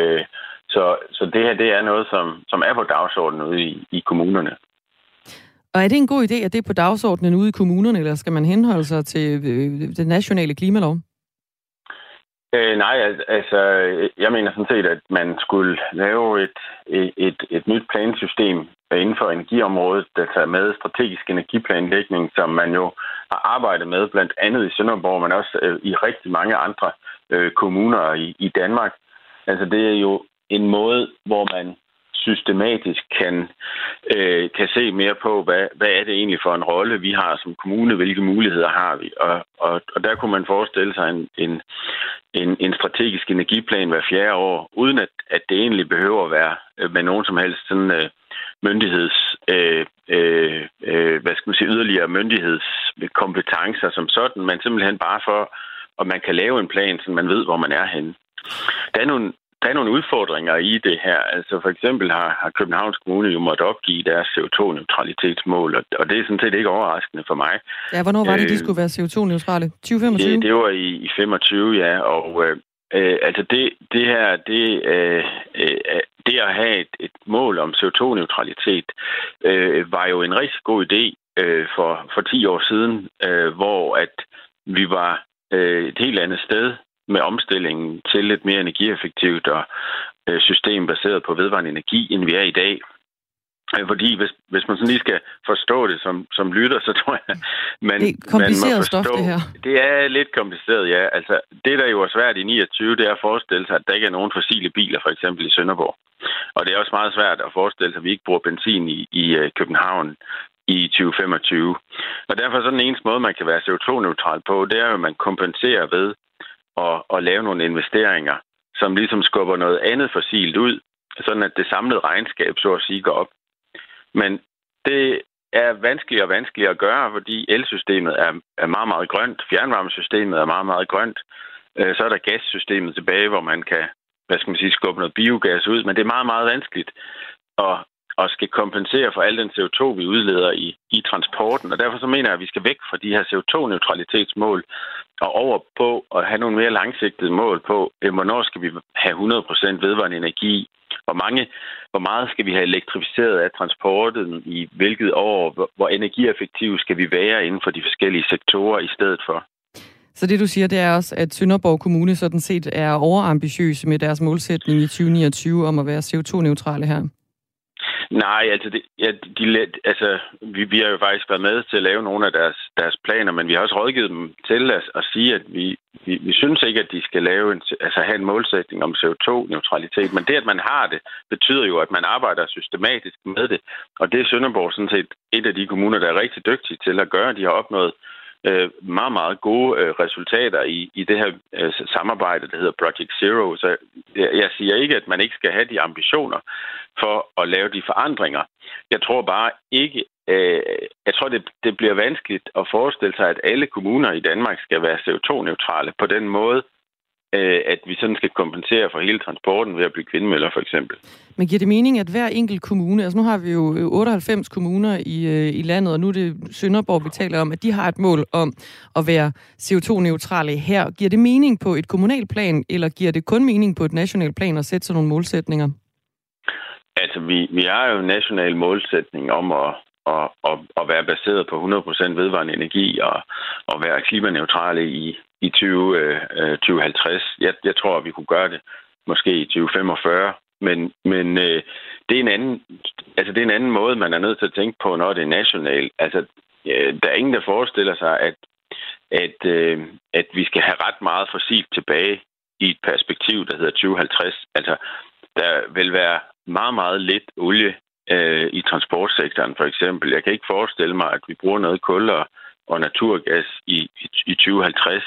[SPEAKER 14] så det her det er noget, som er på dagsordenen ude i kommunerne.
[SPEAKER 1] Og er det en god idé, at det er på dagsordenen ude i kommunerne, eller skal man henholde sig til den nationale klimalov?
[SPEAKER 14] Nej, altså, jeg mener sådan set, at man skulle lave et nyt plansystem inden for energiområdet, der tager med strategisk energiplanlægning, som man jo har arbejdet med, blandt andet i Sønderborg, men også i rigtig mange andre kommuner i Danmark. Altså, det er jo en måde, hvor man systematisk kan se mere på, hvad er det egentlig for en rolle, vi har som kommune, hvilke muligheder har vi. Og der kunne man forestille sig en strategisk energiplan hver 4. år, uden at det egentlig behøver at være med nogen som helst sådan yderligere myndighedskompetencer som sådan, men simpelthen bare for, at man kan lave en plan, så man ved, hvor man er henne. Der er nogle udfordringer i det her. Altså for eksempel har Københavns Kommune jo måttet opgive deres CO2-neutralitetsmål, og det er sådan set ikke overraskende for mig. Ja,
[SPEAKER 1] hvornår var det, de skulle være CO2-neutrale? 2025?
[SPEAKER 14] Det var i 25, ja, og altså det her, det at have et mål om CO2-neutralitet var jo en rigtig god idé for 10 år siden, hvor at vi var et helt andet sted med omstillingen til et mere energieffektivt og system baseret på vedvarende energi, end vi er i dag. Fordi hvis man sådan lige skal forstå det som lytter, så tror jeg, man
[SPEAKER 1] det er kompliceret
[SPEAKER 14] man
[SPEAKER 1] stof, det her.
[SPEAKER 14] Det er lidt kompliceret, ja. Altså, det, der jo er svært i 29, det er at forestille sig, at der ikke er nogen fossile biler, for eksempel i Sønderborg. Og det er også meget svært at forestille sig, at vi ikke bruger benzin i København i 2025. Og derfor er så den eneste måde, man kan være CO2-neutral på, det er jo, at man kompenserer ved at lave nogle investeringer, som ligesom skubber noget andet fossilt ud, sådan at det samlede regnskab, så at sige, går op. Men det er vanskeligere og vanskeligere at gøre, fordi elsystemet er meget, meget grønt. Fjernvarmesystemet er meget, meget grønt. Så er der gassystemet tilbage, hvor man kan, skubbe noget biogas ud. Men det er meget, meget vanskeligt at skal kompensere for al den CO2, vi udleder i transporten. Og derfor så mener jeg, at vi skal væk fra de her CO2-neutralitetsmål og over på at have nogle mere langsigtede mål på, hvornår skal vi have 100% vedvarende energi, hvor meget skal vi have elektrificeret af transporten i hvilket år, hvor energieffektive skal vi være inden for de forskellige sektorer i stedet for.
[SPEAKER 1] Så det, du siger, det er også, at Sønderborg Kommune sådan set er overambitiøse med deres målsætning i 2029 om at være CO2-neutrale her? Nej, altså, vi har jo faktisk været med til at lave nogle af deres planer, men vi har også rådgivet dem til at sige, at vi synes ikke, at de skal have en målsætning om CO2-neutralitet, men det, at man har det, betyder jo, at man arbejder systematisk med det, og det er Sønderborg sådan set et af de kommuner, der er rigtig dygtige til at gøre. De har opnået meget, meget gode resultater i det her samarbejde, der hedder Project Zero. Så jeg siger ikke, at man ikke skal have de ambitioner for at lave de forandringer. Jeg tror bare ikke, det bliver vanskeligt at forestille sig, at alle kommuner i Danmark skal være CO2-neutrale på den måde, at vi sådan skal kompensere for hele transporten ved at bygge vindmøller, for eksempel. Men giver det mening, at hver enkelt kommune, altså nu har vi jo 98 kommuner i landet, og nu er det Sønderborg, vi taler om, at de har et mål om at være CO2-neutrale her. Giver det mening på et kommunalt plan, eller giver det kun mening på et nationalt plan at sætte sådan nogle målsætninger? Altså, vi har jo en national målsætning om at være baseret på 100% vedvarende energi og være klimaneutrale i 2050. Jeg tror, at vi kunne gøre det måske i 2045, men det er en anden måde, man er nødt til at tænke på, når det er nationalt. Altså, der er ingen, der forestiller sig, at vi skal have ret meget fossilt tilbage i et perspektiv, der hedder 2050. Altså, der vil være meget, meget lidt olie i transportsektoren, for eksempel. Jeg kan ikke forestille mig, at vi bruger noget kul og naturgas i 2050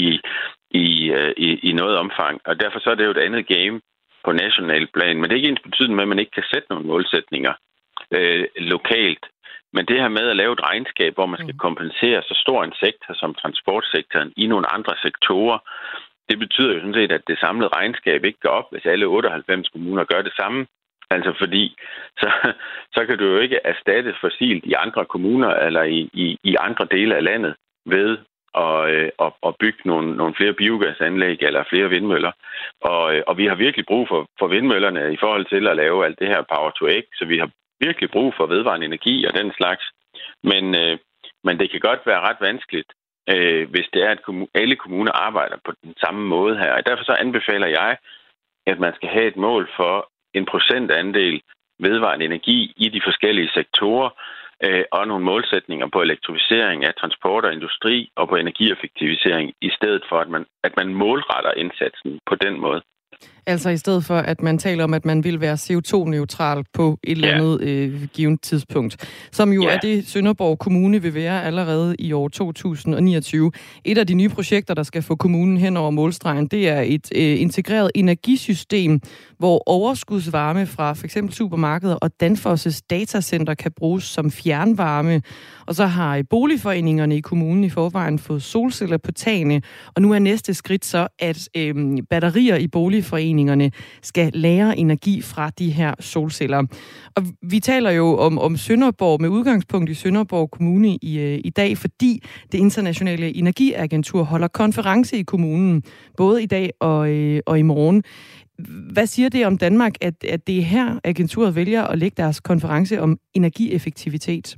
[SPEAKER 1] i noget omfang. Og derfor så er det jo et andet game på national plan. Men det er ikke ens betydende med, at man ikke kan sætte nogle målsætninger lokalt. Men det her med at lave et regnskab, hvor man skal kompensere så stor en sektor som transportsektoren i nogle andre sektorer, det betyder jo sådan set, at det samlede regnskab ikke går op, hvis alle 98 kommuner gør det samme. Altså fordi, så kan du jo ikke erstatte fossilt i andre kommuner eller i andre dele af landet ved at bygge nogle flere biogasanlæg eller flere vindmøller. Og vi har virkelig brug for vindmøllerne i forhold til at lave alt det her power to x, så vi har virkelig brug for vedvarende energi og den slags
[SPEAKER 14] Men det kan godt være ret vanskeligt, hvis det er, at alle kommuner arbejder på den samme måde her. Og derfor så anbefaler jeg, at man skal have et mål for en procentandel vedvarende energi i de forskellige sektorer, og nogle målsætninger på elektrificering af transport og industri og på energieffektivisering, i stedet for, at man målretter indsatsen på den måde.
[SPEAKER 1] Altså i stedet for, at man taler om, at man vil være CO2-neutral på et eller andet givet tidspunkt, som jo er det, Sønderborg Kommune vil være allerede i år 2029. Et af de nye projekter, der skal få kommunen hen over målstregen, det er et integreret energisystem, hvor overskudsvarme fra f.eks. supermarkeder og Danfoss' datacenter kan bruges som fjernvarme. Og så har boligforeningerne i kommunen i forvejen fået solceller på tagene, og nu er næste skridt så, at batterier i boligforeningerne skal lagre energi fra de her solceller. Og vi taler jo om Sønderborg med udgangspunkt i Sønderborg Kommune i dag, fordi det internationale energiagentur holder konference i kommunen, både i dag og i morgen. Hvad siger det om Danmark, at det er her, agenturet vælger at lægge deres konference om energieffektivitet?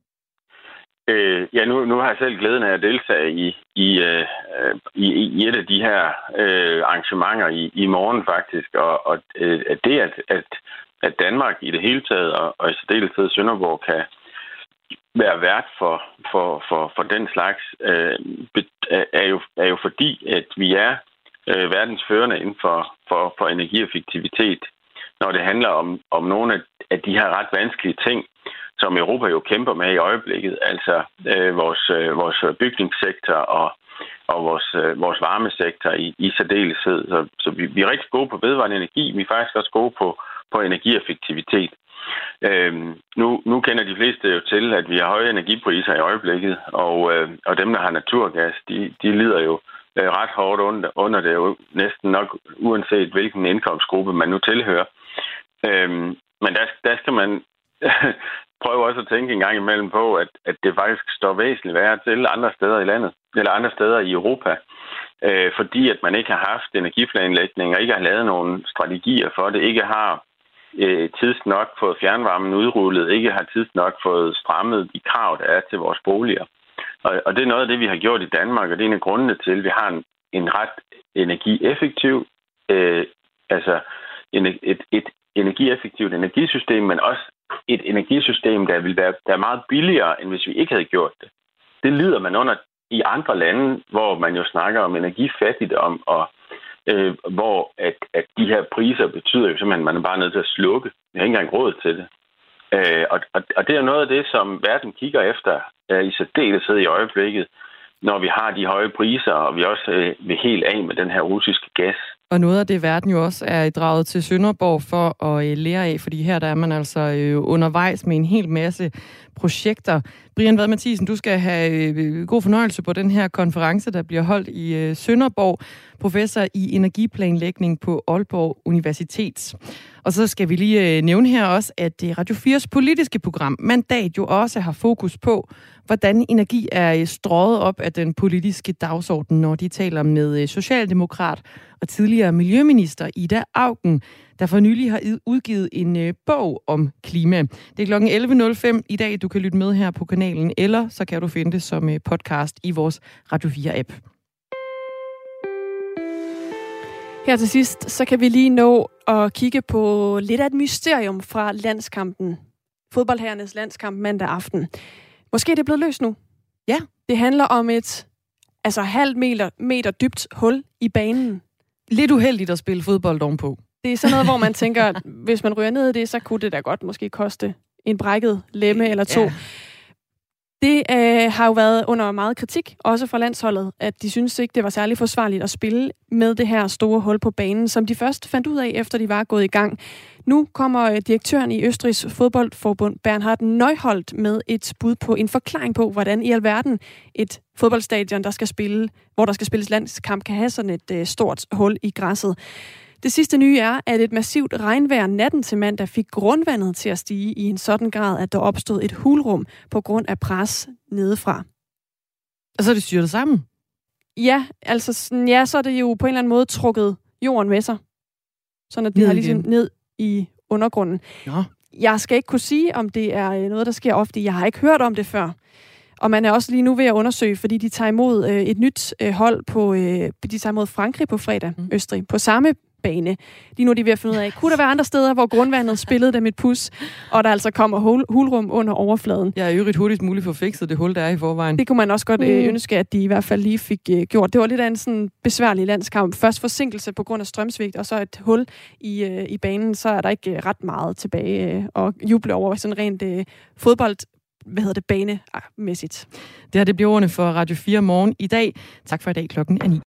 [SPEAKER 14] Nu har jeg selv glæden af at deltage i et af de her arrangementer i morgen faktisk, og det, at Danmark i det hele taget, og i særdeleshed Sønderborg, kan være vært for den slags, er jo fordi, at vi er verdensførende inden for energieffektivitet, når det handler om nogle af de her ret vanskelige ting, som Europa jo kæmper med i øjeblikket, altså vores bygningssektor og vores varmesektor i særdeleshed. Så vi er rigtig gode på vedvarende energi, vi er faktisk også gode på energieffektivitet. Nu kender de fleste jo til, at vi har høje energipriser i øjeblikket, og dem, der har naturgas, de lider jo ret hårdt under det, jo næsten nok uanset hvilken indkomstgruppe man nu tilhører. Men der skal man prøve også at tænke en gang imellem på, at det faktisk står væsentligt værre til andre steder i landet, eller andre steder i Europa, fordi at man ikke har haft energiplanlægning og ikke har lavet nogle strategier for det, ikke har tids nok fået fjernvarmen udrullet, ikke har tids nok fået strammet de krav, der er til vores boliger. Og det er noget af det, vi har gjort i Danmark, og det er en af grundene til, at vi har en ret energieffektiv, et energieffektivt energisystem, men også et energisystem, der er meget billigere, end hvis vi ikke havde gjort det. Det lider man under i andre lande, hvor man jo snakker om energifattigdom, og hvor at de her priser betyder jo simpelthen, at man er bare nødt til at slukke. Vi har ikke engang råd til det. Og det er noget af det, som verden kigger efter i særdeleshed i øjeblikket, når vi har de høje priser, og vi også vil helt af med den her russiske gas.
[SPEAKER 1] Og noget af det, verden jo også er draget til Sønderborg for at lære af, fordi her der er man altså undervejs med en hel masse projekter. Brian Vad Mathiesen, du skal have god fornøjelse på den her konference, der bliver holdt i Sønderborg, professor i energiplanlægning på Aalborg Universitet. Og så skal vi lige nævne her også, at Radio 4's politiske program Mandat jo også har fokus på, hvordan energi er strøget op af den politiske dagsorden, når de taler med socialdemokrat og tidligere miljøminister Ida Auken, der for nylig har udgivet en bog om klima. Det er klokken 11.05 i dag, du kan lytte med her på kanalen, eller så kan du finde det som podcast i vores Radio 4-app.
[SPEAKER 2] Her til sidst, så kan vi lige nå at kigge på lidt af et mysterium fra landskampen. Fodboldherrenes landskamp mandag aften. Måske er det blevet løst nu.
[SPEAKER 1] Ja.
[SPEAKER 2] Det handler om et halv meter dybt hul i banen.
[SPEAKER 1] Lidt uheldigt at spille fodbold ovenpå.
[SPEAKER 2] Det er sådan noget, hvor man tænker, hvis man ryger ned i det, så kunne det da godt måske koste en brækket lemme eller to. Ja. Det har jo været under meget kritik, også fra landsholdet, at de synes ikke, det var særlig forsvarligt at spille med det her store hul på banen, som de først fandt ud af, efter de var gået i gang. Nu kommer direktøren i Østrigs fodboldforbund, Bernhard Neuhold, med et bud på en forklaring på, hvordan i alverden et fodboldstadion, hvor der skal spilles landskamp, kan have sådan et stort hul i græsset. Det sidste nye er, at et massivt regnvejr natten til mandag fik grundvandet til at stige i en sådan grad, at der opstod et hulrum på grund af pres nedefra.
[SPEAKER 1] Og så er det styrtet sammen?
[SPEAKER 2] Ja, så er det jo på en eller anden måde trukket jorden med sig. Sådan at det har ligesom ned i undergrunden.
[SPEAKER 1] Ja.
[SPEAKER 2] Jeg skal ikke kunne sige, om det er noget, der sker ofte. Jeg har ikke hørt om det før. Og man er også lige nu ved at undersøge, fordi de tager imod et nyt hold de tager imod Frankrig på fredag, Østrig, på samme bane. Lige nu er de ved at finde ud af, kunne der være andre steder, hvor grundvandet spillede dem et pus, og der altså kommer hulrum under overfladen.
[SPEAKER 1] Jeg er jo hurtigst muligt for fikset det hul, der er i forvejen.
[SPEAKER 2] Det kunne man også godt ønske, at de i hvert fald lige fik gjort. Det var lidt af en sådan besværlig landskamp. Først forsinkelse på grund af strømsvigt, og så et hul i banen, så er der ikke ret meget tilbage at juble over sådan rent fodbold. Banemæssigt.
[SPEAKER 1] Det her, det bliver ordene for Radio 4 morgen i dag. Tak for i dag, klokken er 9.